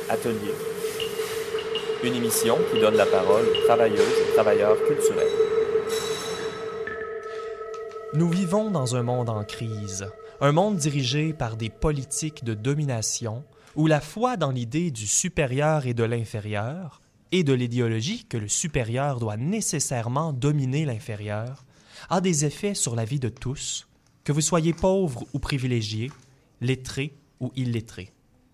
Atelier, une émission qui donne la parole aux travailleuses et travailleurs culturels. Nous vivons dans un monde en crise, un monde dirigé par des politiques de domination où la foi dans l'idée du supérieur et de l'inférieur, et de l'idéologie que le supérieur doit nécessairement dominer l'inférieur, a des effets sur la vie de tous, que vous soyez pauvre ou privilégié, lettré ou illettré.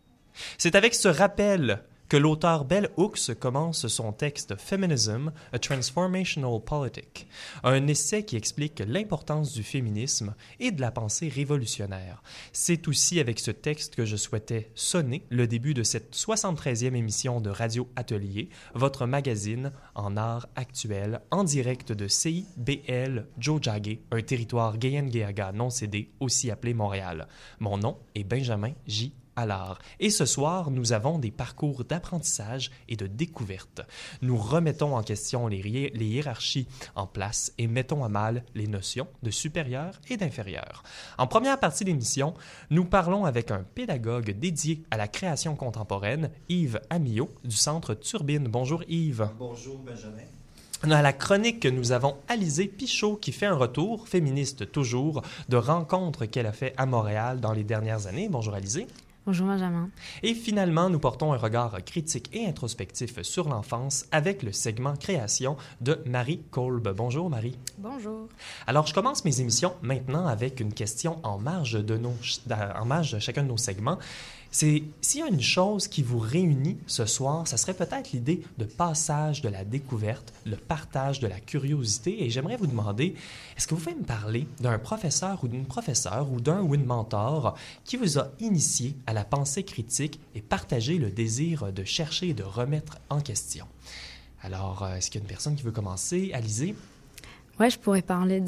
C'est avec ce rappel que l'auteur Bell Hooks commence son texte Feminism, a Transformational Politic, un essai qui explique l'importance du féminisme et de la pensée révolutionnaire. C'est aussi avec ce texte que je souhaitais sonner le début de cette 73e émission de Radio Atelier, votre magazine en art actuel, en direct de CIBL Tiohtià:ke, un territoire Kanien'kehá:ka non cédé, aussi appelé Montréal. Mon nom est Benjamin J. Allard. Et ce soir, nous avons des parcours d'apprentissage et de découverte. Nous remettons en question les hiérarchies en place et mettons à mal les notions de supérieur et d'inférieur. En première partie d'émission, nous parlons avec un pédagogue dédié à la création contemporaine, Yves Amyot, du Centre Turbine. Bonjour Yves. Bonjour Benjamin. À la chronique, nous avons Alizée Pichot qui fait un retour, féministe toujours, de rencontres qu'elle a fait à Montréal dans les dernières années. Bonjour Alizée. Bonjour Benjamin. Et finalement, nous portons un regard critique et introspectif sur l'enfance avec le segment création de Marie Kolb. Bonjour Marie. Bonjour. Alors, je commence mes émissions maintenant avec une question en marge de chacun de nos segments. C'est s'il y a une chose qui vous réunit ce soir, ça serait peut-être l'idée de passage de la découverte, le partage de la curiosité. Et j'aimerais vous demander, est-ce que vous pouvez me parler d'un professeur ou d'une professeure ou d'un ou une mentor qui vous a initié à la pensée critique et partagé le désir de chercher et de remettre en question? Alors, est-ce qu'il y a une personne qui veut commencer? Alizée? Ouais, je pourrais parler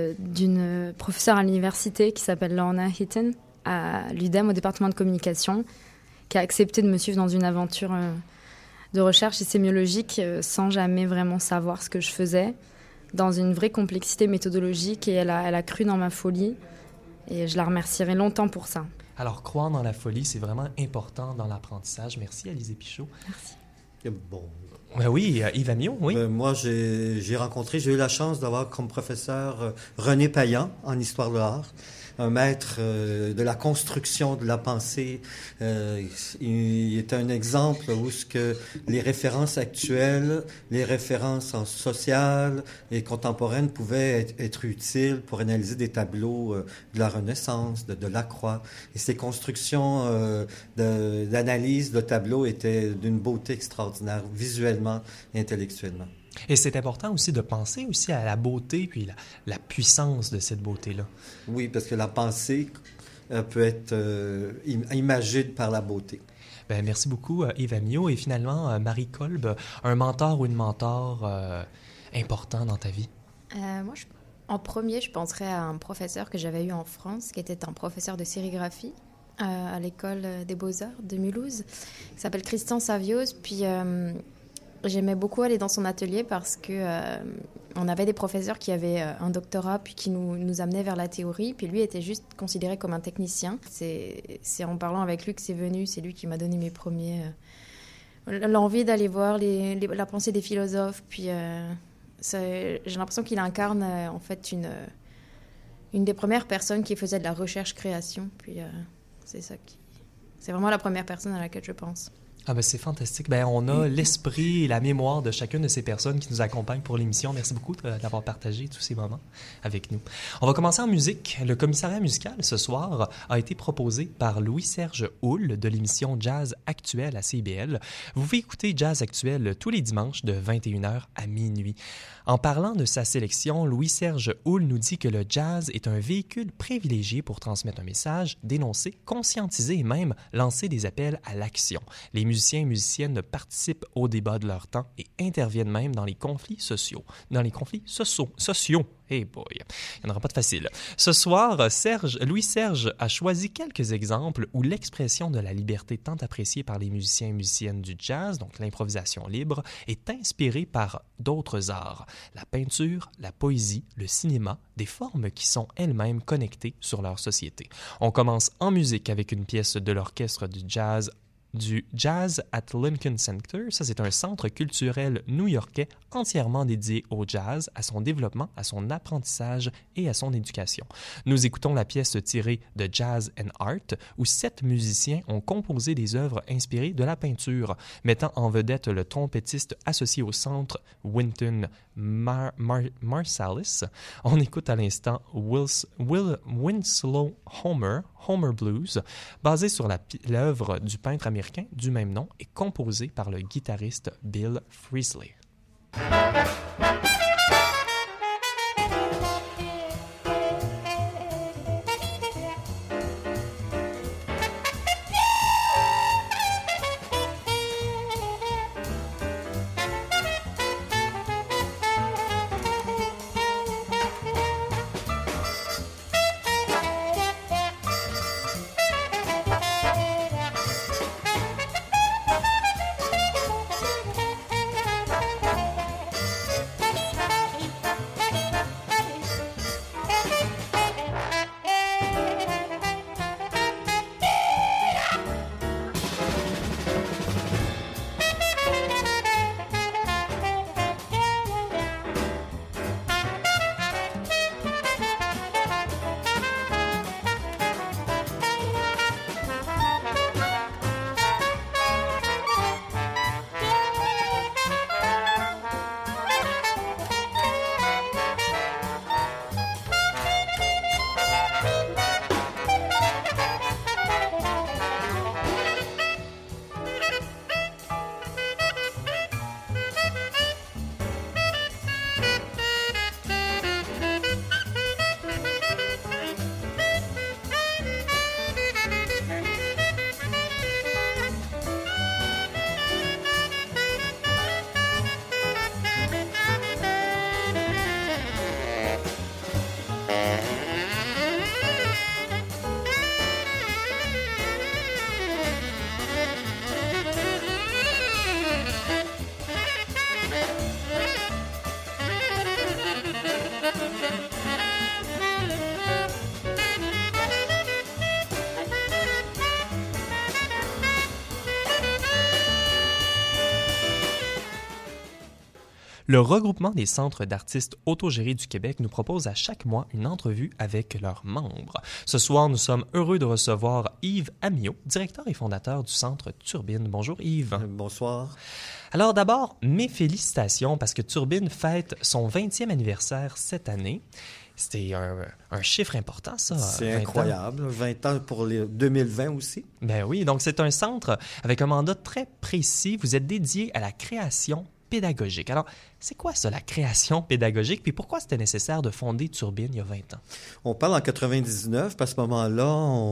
d'une professeure à l'université qui s'appelle Lorna Heaton, à l'UDEM, au département de communication, qui a accepté de me suivre dans une aventure de recherche sémiologique sans jamais vraiment savoir ce que je faisais, dans une vraie complexité méthodologique, et elle a cru dans ma folie, et je la remercierai longtemps pour ça. Alors, croire dans la folie, c'est vraiment important dans l'apprentissage. Merci, Alizée Pichot. Merci. Bon. Oui, Yves Amyot, oui. Moi, j'ai eu la chance d'avoir comme professeur René Payan en histoire de l'art, un maître de la construction de la pensée. Il est un exemple où ce que les références actuelles, les références sociales et contemporaines pouvaient être utiles pour analyser des tableaux de la Renaissance, de Lacroix. Et ces constructions d'analyse de tableaux étaient d'une beauté extraordinaire, visuellement et intellectuellement. Et c'est important aussi de penser aussi à la beauté puis la puissance de cette beauté-là. Oui, parce que la pensée peut être imagée par la beauté. Bien, merci beaucoup, Yves Amyot. Et finalement, Marie Kolb, un mentor ou une mentor important dans ta vie? Moi, en premier, je penserais à un professeur que j'avais eu en France, qui était un professeur de sérigraphie à l'école des Beaux-Arts de Mulhouse, qui s'appelle Christian Savios. Puis j'aimais beaucoup aller dans son atelier parce que on avait des professeurs qui avaient un doctorat puis qui nous amenaient vers la théorie. Puis lui était juste considéré comme un technicien. C'est en parlant avec lui que c'est venu. C'est lui qui m'a donné mes premiers... l'envie d'aller voir la pensée des philosophes. Puis j'ai l'impression qu'il incarne en fait une des premières personnes qui faisait de la recherche-création. Puis c'est vraiment la première personne à laquelle je pense. Ah ben c'est fantastique. Ben on a l'esprit et la mémoire de chacune de ces personnes qui nous accompagnent pour l'émission. Merci beaucoup d'avoir partagé tous ces moments avec nous. On va commencer en musique. Le commissariat musical ce soir a été proposé par Louis-Serge Houle de l'émission Jazz Actuel à CIBL. Vous pouvez écouter Jazz Actuel tous les dimanches de 21h à minuit. En parlant de sa sélection, Louis-Serge Houle nous dit que le jazz est un véhicule privilégié pour transmettre un message, dénoncer, conscientiser et même lancer des appels à l'action. Les musiciens et musiciennes participent au débat de leur temps et interviennent même dans les conflits sociaux. Hey boy, il n'y en aura pas de facile. Ce soir, Louis-Serge a choisi quelques exemples où l'expression de la liberté tant appréciée par les musiciens et musiciennes du jazz, donc l'improvisation libre, est inspirée par d'autres arts. La peinture, la poésie, le cinéma, des formes qui sont elles-mêmes connectées sur leur société. On commence en musique avec une pièce de l'orchestre du jazz du Jazz at Lincoln Center. Ça, c'est un centre culturel new-yorkais entièrement dédié au jazz, à son développement, à son apprentissage et à son éducation. Nous écoutons la pièce tirée de Jazz and Art, où 7 musiciens ont composé des œuvres inspirées de la peinture, mettant en vedette le trompettiste associé au centre Wynton Marsalis. On écoute à l'instant Winslow Homer Blues, basé sur l'œuvre du peintre américain du même nom et composé par le guitariste Bill Frisell. Le regroupement des centres d'artistes autogérés du Québec nous propose à chaque mois une entrevue avec leurs membres. Ce soir, nous sommes heureux de recevoir Yves Amiot, directeur et fondateur du Centre Turbine. Bonjour Yves. Bonsoir. Alors d'abord, mes félicitations parce que Turbine fête son 20e anniversaire cette année. C'était un chiffre important, ça. C'est incroyable. 20 ans pour les 2020 aussi. Ben oui, donc c'est un centre avec un mandat très précis. Vous êtes dédié à la création pédagogique. Alors, c'est quoi ça, la création pédagogique? Puis pourquoi c'était nécessaire de fonder Turbine il y a 20 ans? On parle en 99, puis à ce moment-là,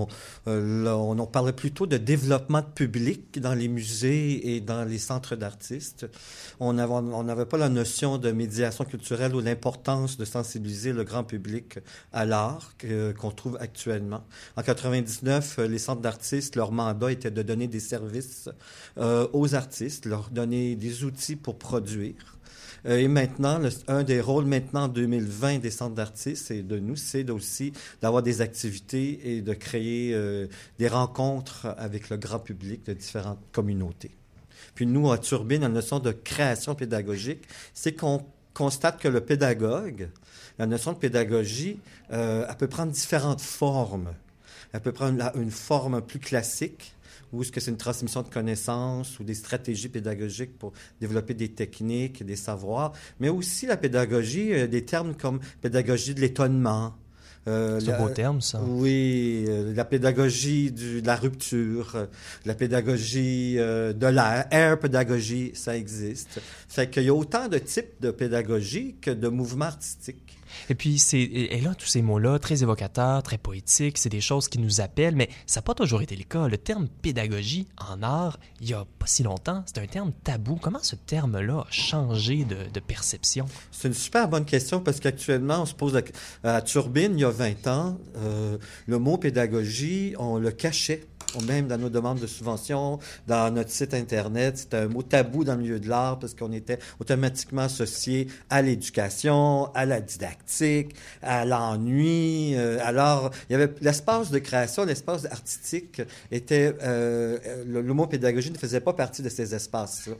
on parlait plutôt de développement de public dans les musées et dans les centres d'artistes. On n'avait pas la notion de médiation culturelle ou l'importance de sensibiliser le grand public à l'art qu'on trouve actuellement. En 99, les centres d'artistes, leur mandat était de donner des services aux artistes, leur donner des outils pour produire. Et maintenant, un des rôles maintenant en 2020 des centres d'artistes et de nous, c'est aussi d'avoir des activités et de créer des rencontres avec le grand public de différentes communautés. Puis nous, à Turbine, la notion de création pédagogique, c'est qu'on constate que le pédagogue, la notion de pédagogie, elle peut prendre différentes formes. Elle peut prendre une forme plus classique, ou est-ce que c'est une transmission de connaissances ou des stratégies pédagogiques pour développer des techniques, des savoirs, mais aussi la pédagogie, des termes comme pédagogie de l'étonnement. C'est un beau terme, ça. Oui, la pédagogie de la rupture, la pédagogie de l'air, air pédagogie, ça existe. Fait qu'il y a autant de types de pédagogie que de mouvements artistiques. Et puis, et là, tous ces mots-là, très évocateurs, très poétiques, c'est des choses qui nous appellent, mais ça n'a pas toujours été le cas. Le terme pédagogie en art, il n'y a pas si longtemps, c'est un terme tabou. Comment ce terme-là a changé de perception? C'est une super bonne question parce qu'actuellement, on se pose à Turbine, il y a 20 ans, le mot pédagogie, on le cachait. même dans nos demandes de subventions, dans notre site Internet. C'était un mot tabou dans le milieu de l'art parce qu'on était automatiquement associé à l'éducation, à la didactique, à l'ennui. Alors, il y avait l'espace de création, l'espace artistique était... le mot pédagogie ne faisait pas partie de ces espaces-là.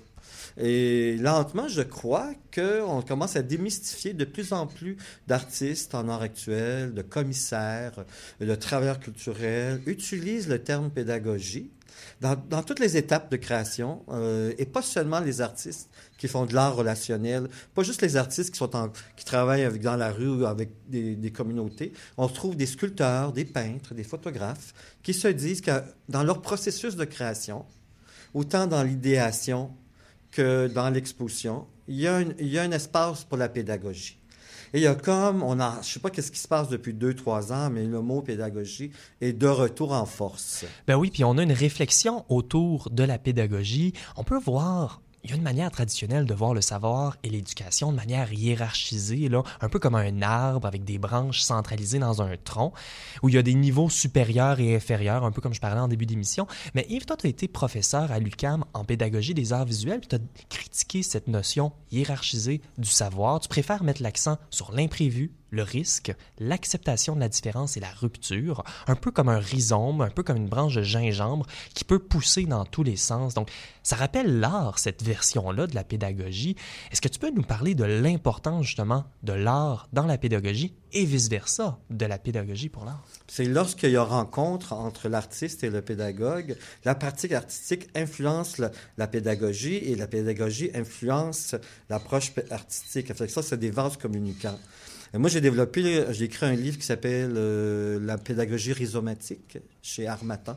Et lentement, je crois qu'on commence à démystifier de plus en plus d'artistes en art actuel, de commissaires, de travailleurs culturels, utilisent le terme pédagogie dans toutes les étapes de création, et pas seulement les artistes qui font de l'art relationnel, pas juste les artistes qui travaillent dans la rue ou avec des communautés. On trouve des sculpteurs, des peintres, des photographes qui se disent que dans leur processus de création, autant dans l'idéation que dans l'exposition, il y a un espace pour la pédagogie. Et il y a je ne sais pas qu'est-ce qui se passe depuis 2-3 ans, mais le mot pédagogie est de retour en force. Ben oui, puis on a une réflexion autour de la pédagogie. On peut voir... Il y a une manière traditionnelle de voir le savoir et l'éducation de manière hiérarchisée, là, un peu comme un arbre avec des branches centralisées dans un tronc, où il y a des niveaux supérieurs et inférieurs, un peu comme je parlais en début d'émission. Mais Yves, toi, tu as été professeur à l'UQAM en pédagogie des arts visuels, puis tu as critiqué cette notion hiérarchisée du savoir. Tu préfères mettre l'accent sur l'imprévu, le risque, l'acceptation de la différence et la rupture, un peu comme un rhizome, un peu comme une branche de gingembre qui peut pousser dans tous les sens. Donc, ça rappelle l'art, cette version-là de la pédagogie. Est-ce que tu peux nous parler de l'importance, justement, de l'art dans la pédagogie et vice-versa, de la pédagogie pour l'art? C'est lorsqu'il y a rencontre entre l'artiste et le pédagogue, la pratique artistique influence la pédagogie et la pédagogie influence l'approche artistique. Ça, c'est des vases communicants. Moi, j'ai écrit un livre qui s'appelle La pédagogie rhizomatique chez Harmattan.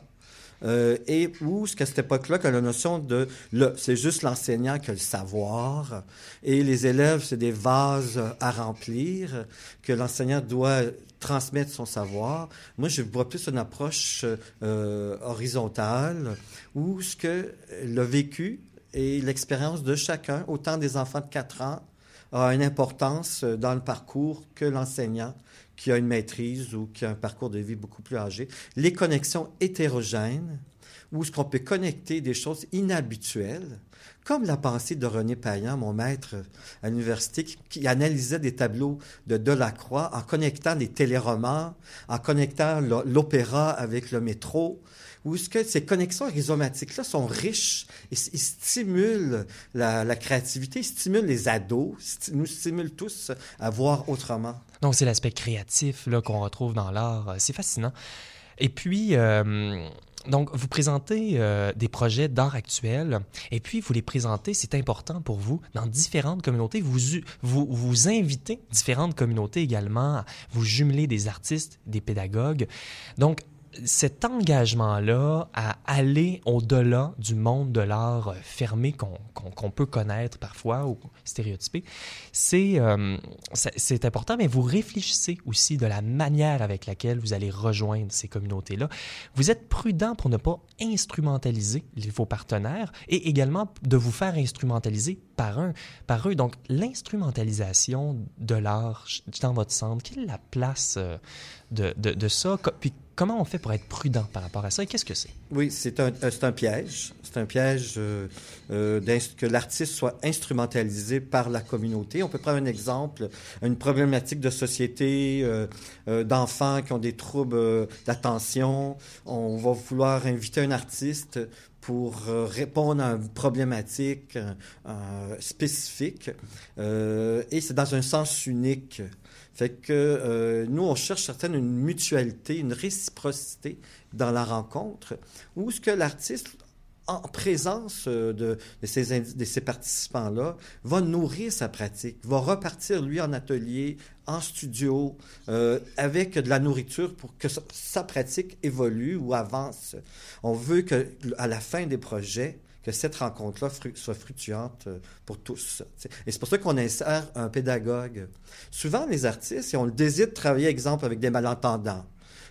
Et où, qu'à cette époque-là, que la notion c'est juste l'enseignant qui a le savoir et les élèves, c'est des vases à remplir, que l'enseignant doit transmettre son savoir. Moi, je vois plus une approche horizontale où ce que le vécu et l'expérience de chacun, autant des enfants de 4 ans, a une importance dans le parcours que l'enseignant qui a une maîtrise ou qui a un parcours de vie beaucoup plus âgé. Les connexions hétérogènes, où est-ce qu'on peut connecter des choses inhabituelles, comme la pensée de René Payan, mon maître à l'université, qui analysait des tableaux de Delacroix en connectant les téléromans, en connectant l'opéra avec le métro, où est-ce que ces connexions rhizomatiques-là sont riches et ils stimulent la créativité, ils stimulent les ados, nous stimulent tous à voir autrement. Donc, c'est l'aspect créatif là, qu'on retrouve dans l'art. C'est fascinant. Et puis, donc, vous présentez des projets d'art actuel et puis vous les présentez, c'est important pour vous, dans différentes communautés. Vous invitez différentes communautés également, vous jumelez des artistes, des pédagogues. Donc, cet engagement-là à aller au-delà du monde de l'art fermé qu'on peut connaître parfois ou stéréotypé, c'est important, mais vous réfléchissez aussi de la manière avec laquelle vous allez rejoindre ces communautés-là. Vous êtes prudent pour ne pas instrumentaliser vos partenaires et également de vous faire instrumentaliser par eux. Donc, l'instrumentalisation de l'art dans votre centre, quelle est la place de ça? Puis, comment on fait pour être prudent par rapport à ça et qu'est-ce que c'est? Oui, c'est un piège. C'est un piège que l'artiste soit instrumentalisé par la communauté. On peut prendre un exemple, une problématique de société, d'enfants qui ont des troubles d'attention. On va vouloir inviter un artiste pour répondre à une problématique spécifique. Et c'est dans un sens unique. Fait que nous, on cherche certaines une mutualité, une réciprocité dans la rencontre, où ce que l'artiste, en présence de ces participants-là, va nourrir sa pratique, va repartir, lui, en atelier, en studio, avec de la nourriture pour que sa pratique évolue ou avance. On veut qu'à la fin des projets, que cette rencontre-là soit fructueuse pour tous. Et c'est pour ça qu'on insère un pédagogue. Souvent, les artistes, on le désire de travailler, exemple, avec des malentendants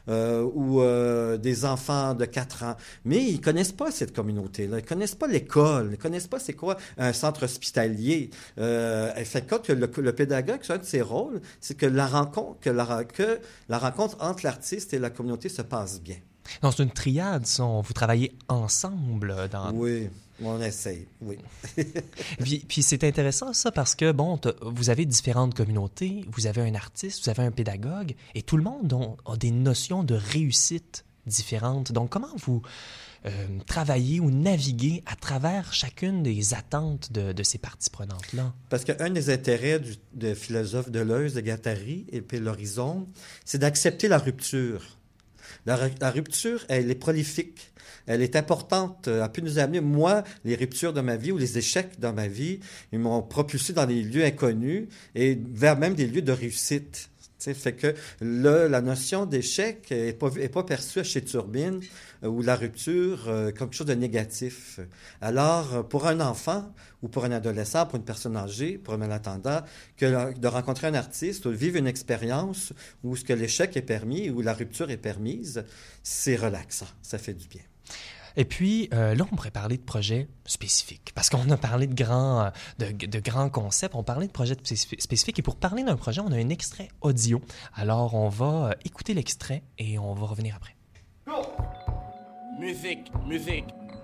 ou des enfants de 4 ans, mais ils ne connaissent pas cette communauté-là, ils ne connaissent pas l'école, ils ne connaissent pas c'est quoi un centre hospitalier. Fait que le pédagogue, c'est un de ses rôles, c'est que la rencontre entre l'artiste et la communauté se passe bien. Non, c'est une triade, ça. Vous travaillez ensemble dans... Oui, on essaye, oui. Puis c'est intéressant, ça, parce que, bon, vous avez différentes communautés, vous avez un artiste, vous avez un pédagogue, et tout le monde a des notions de réussite différentes. Donc, comment vous travaillez ou naviguez à travers chacune des attentes de ces parties prenantes-là? Parce qu'un des intérêts de philosophe Deleuze, de Guattari et puis l'horizon, c'est d'accepter la rupture. La rupture, elle est prolifique. Elle est importante. Elle peut nous amener, moi, les ruptures de ma vie ou les échecs dans ma vie, ils m'ont propulsé dans des lieux inconnus et vers même des lieux de réussite. T'sais, fait que la notion d'échec est pas perçue chez Turbine ou la rupture comme quelque chose de négatif. Alors, pour un enfant ou pour un adolescent, pour une personne âgée, pour un malentendant, que de rencontrer un artiste ou de vivre une expérience où ce que l'échec est permis, où la rupture est permise, c'est relaxant, ça fait du bien. Et puis, là, on pourrait parler de projets spécifiques, parce qu'on a parlé de grands concepts, on parlait de projets spécifiques, et pour parler d'un projet, on a un extrait audio. Alors, on va écouter l'extrait et on va revenir après. Go! Musique, musique.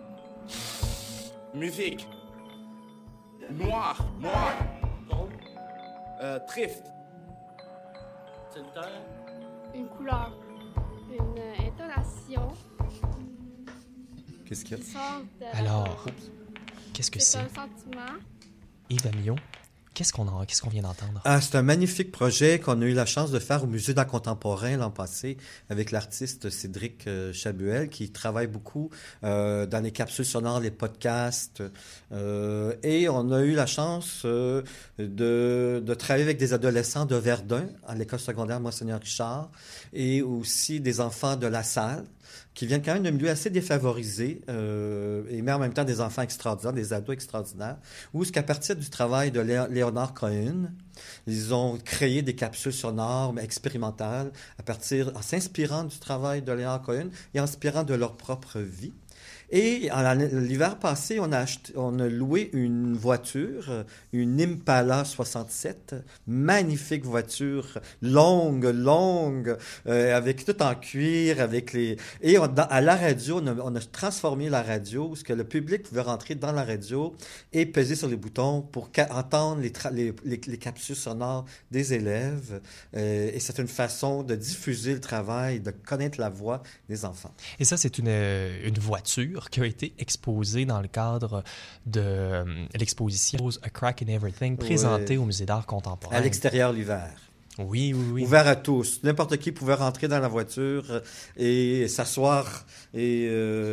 Musique. Noir, noir. Triste. C'est le temps. Une couleur, une intonation. Qu'est-ce qu'il y a? Une sorte de... Alors, qu'est-ce que c'est? C'est un sentiment. Yves Amillon, qu'est-ce qu'on vient d'entendre? Ah, c'est un magnifique projet qu'on a eu la chance de faire au Musée d'art contemporain l'an passé avec l'artiste Cédric Chabuel qui travaille beaucoup dans les capsules sonores, les podcasts. Et on a eu la chance de travailler avec des adolescents de Verdun, à l'école secondaire Monseigneur Richard, et aussi des enfants de La Salle, qui viennent quand même de milieux assez défavorisés, mais en même temps des enfants extraordinaires, des ados extraordinaires, où, qu'à partir du travail de Léonard Cohen, ils ont créé des capsules sonores mais expérimentales en s'inspirant du travail de Léonard Cohen et en s'inspirant de leur propre vie. Et l'hiver passé, on a loué une voiture, une Impala 67, magnifique voiture, longue, avec tout en cuir, et à la radio, on a transformé la radio, parce que le public pouvait rentrer dans la radio et peser sur les boutons pour entendre les capsules sonores des élèves. Et c'est une façon de diffuser le travail, de connaître la voix des enfants. Et ça, c'est une voiture qui a été exposée dans le cadre de l'exposition A Crack in Everything, présentée au Musée d'art contemporain. À l'extérieur l'hiver. Oui. Ouvert à tous. N'importe qui pouvait rentrer dans la voiture et s'asseoir et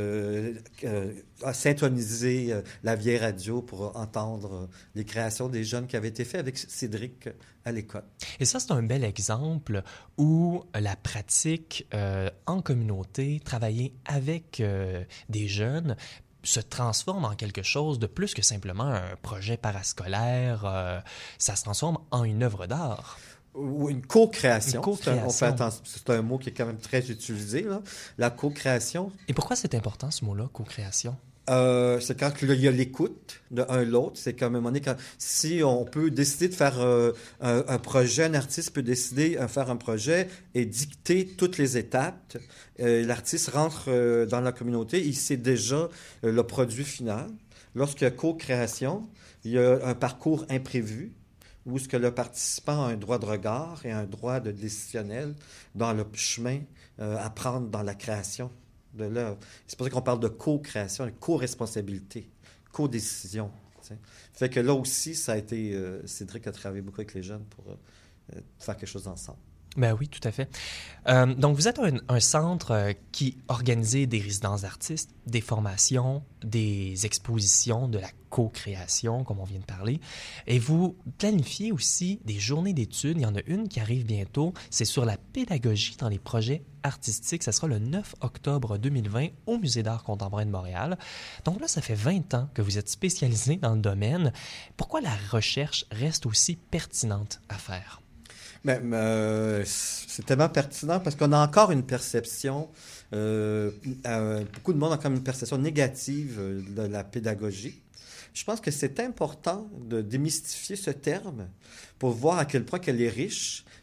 syntoniser la vieille radio pour entendre les créations des jeunes qui avaient été faites avec Cédric à l'école. Et ça, c'est un bel exemple où la pratique en communauté, travailler avec des jeunes, se transforme en quelque chose de plus que simplement un projet parascolaire. Ça se transforme en une œuvre d'art. Ou une co-création. Une co-création. On fait attention, c'est un mot qui est quand même très utilisé, là. La co-création. Et pourquoi c'est important, ce mot-là, co-création? C'est quand il y a l'écoute de un l'autre. C'est comme à un moment donné, si on peut décider de faire un projet, un artiste peut décider de faire un projet et dicter toutes les étapes. L'artiste rentre dans la communauté, il sait déjà le produit final. Lorsqu'il y a co-création, il y a un parcours imprévu où ce que le participant a un droit de regard et un droit de décisionnel dans le chemin à prendre dans la création. C'est pour ça qu'on parle de co-création, de co-responsabilité, co-décision. T'sais. Fait que là aussi, ça a été... Cédric a travaillé beaucoup avec les jeunes pour faire quelque chose ensemble. Ben oui, tout à fait. Donc, vous êtes un centre qui organisait des résidences d'artistes, des formations, des expositions, de la co-création, comme on vient de parler. Et vous planifiez aussi des journées d'études. Il y en a une qui arrive bientôt. C'est sur la pédagogie dans les projets artistiques. Ça sera le 9 octobre 2020 au Musée d'art contemporain de Montréal. Donc là, ça fait 20 ans que vous êtes spécialisé dans le domaine. Pourquoi la recherche reste aussi pertinente à faire? C'est tellement pertinent parce qu'on a encore une perception, beaucoup de monde a encore une perception négative de la pédagogie. Je pense que c'est important de démystifier ce terme pour voir à quel point qu'elle est riche,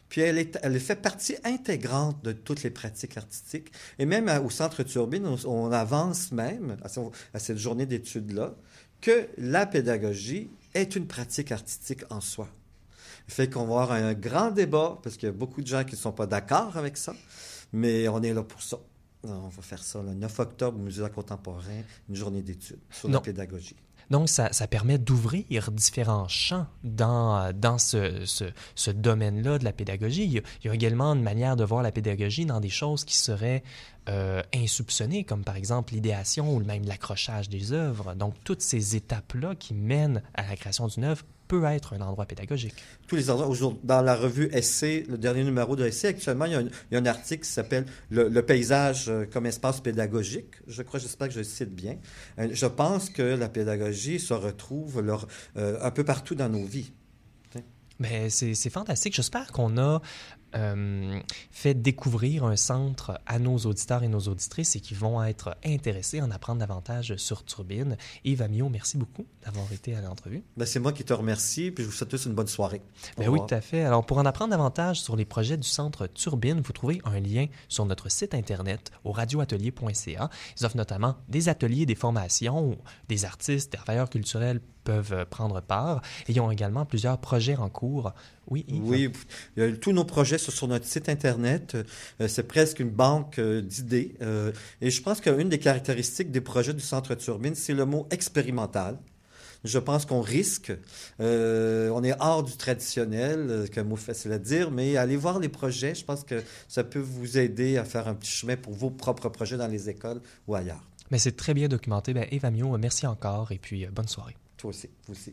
Puis elle fait partie intégrante de toutes les pratiques artistiques. Et même au Centre Turbine, on avance même à cette journée d'études-là que la pédagogie est une pratique artistique en soi. Ça fait qu'on va avoir un grand débat, parce qu'il y a beaucoup de gens qui ne sont pas d'accord avec ça, mais on est là pour ça. On va faire ça le 9 octobre au Musée d'art contemporain, une journée d'études sur la pédagogie. Donc, ça permet d'ouvrir différents champs dans ce domaine-là de la pédagogie. Il y a également une manière de voir la pédagogie dans des choses qui seraient insoupçonnées, comme par exemple l'idéation ou même l'accrochage des œuvres. Donc, toutes ces étapes-là qui mènent à la création d'une œuvre peut être un endroit pédagogique. Tous les endroits. Dans la revue Essai, le dernier numéro de Essai, actuellement, il y a un article qui s'appelle le paysage comme espace pédagogique. J'espère que je le cite bien. Je pense que la pédagogie se retrouve un peu partout dans nos vies. Mais c'est fantastique. J'espère qu'on a fait découvrir un centre à nos auditeurs et nos auditrices et qui vont être intéressés à en apprendre davantage sur Turbine. Yves Amiot, merci beaucoup d'avoir été à l'entrevue. C'est moi qui te remercie, puis je vous souhaite tous une bonne soirée. Oui, tout à fait. Alors, pour en apprendre davantage sur les projets du Centre Turbine, vous trouvez un lien sur notre site Internet au radioatelier.ca. Ils offrent notamment des ateliers, des formations où des artistes, des travailleurs culturels peuvent prendre part. Et ils ont également plusieurs projets en cours. Oui, Yves? Oui, tous nos projets sont sur notre site Internet. C'est presque une banque d'idées. Et je pense qu'une des caractéristiques des projets du Centre Turbine, c'est le mot expérimental. Je pense qu'on risque. On est hors du traditionnel, c'est un mot facile à dire, mais allez voir les projets. Je pense que ça peut vous aider à faire un petit chemin pour vos propres projets dans les écoles ou ailleurs. Mais c'est très bien documenté. Yves Amiot, merci encore et puis bonne soirée. Toi aussi, vous aussi.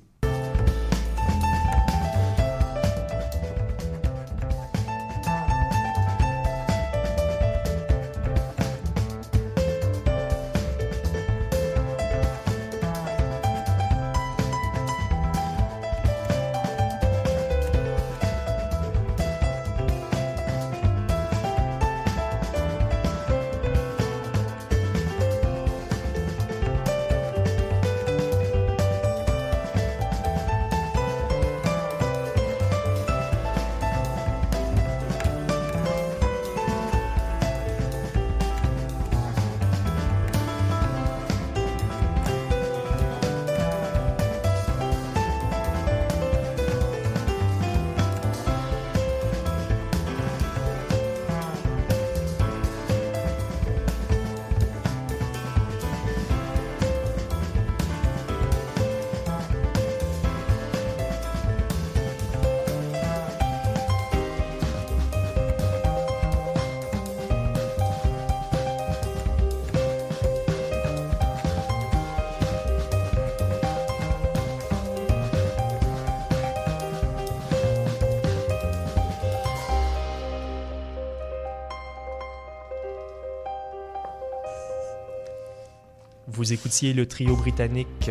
Vous écoutiez le trio britannique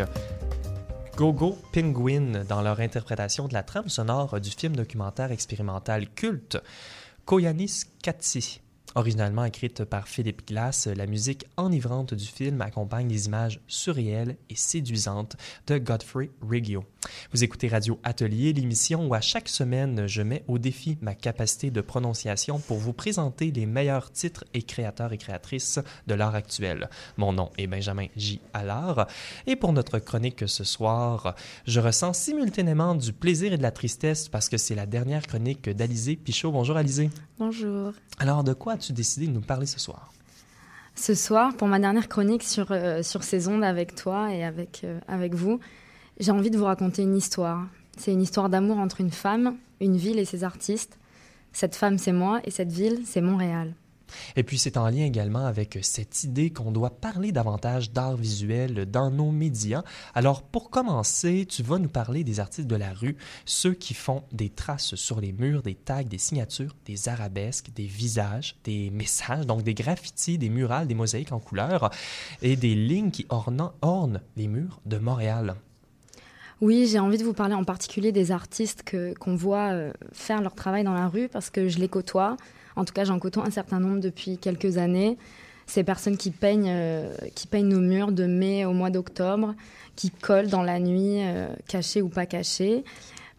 Go-Go Penguin dans leur interprétation de la trame sonore du film documentaire expérimental culte Koyanis Katsi. Originalement écrite par Philip Glass, la musique enivrante du film accompagne les images surréelles et séduisantes de Godfrey Riggio. Vous écoutez Radio Atelier, l'émission où à chaque semaine, je mets au défi ma capacité de prononciation pour vous présenter les meilleurs titres et créateurs et créatrices de l'art actuel. Mon nom est Benjamin J. Allard et pour notre chronique ce soir, je ressens simultanément du plaisir et de la tristesse parce que c'est la dernière chronique d'Alizée Pichot. Bonjour Alizée. Bonjour. Alors, de quoi as-tu décidé de nous parler ce soir? Ce soir, pour ma dernière chronique sur ces ondes avec toi et avec vous, j'ai envie de vous raconter une histoire. C'est une histoire d'amour entre une femme, une ville et ses artistes. Cette femme, c'est moi, et cette ville, c'est Montréal. Et puis, c'est en lien également avec cette idée qu'on doit parler davantage d'art visuel dans nos médias. Alors, pour commencer, tu vas nous parler des artistes de la rue, ceux qui font des traces sur les murs, des tags, des signatures, des arabesques, des visages, des messages, donc des graffitis, des murales, des mosaïques en couleurs et des lignes qui ornent les murs de Montréal. Oui, j'ai envie de vous parler en particulier des artistes qu'on voit faire leur travail dans la rue parce que je les côtoie. En tout cas, j'en côtoie un certain nombre depuis quelques années. Ces personnes qui peignent nos murs de mai au mois d'octobre, qui collent dans la nuit, cachés ou pas cachés.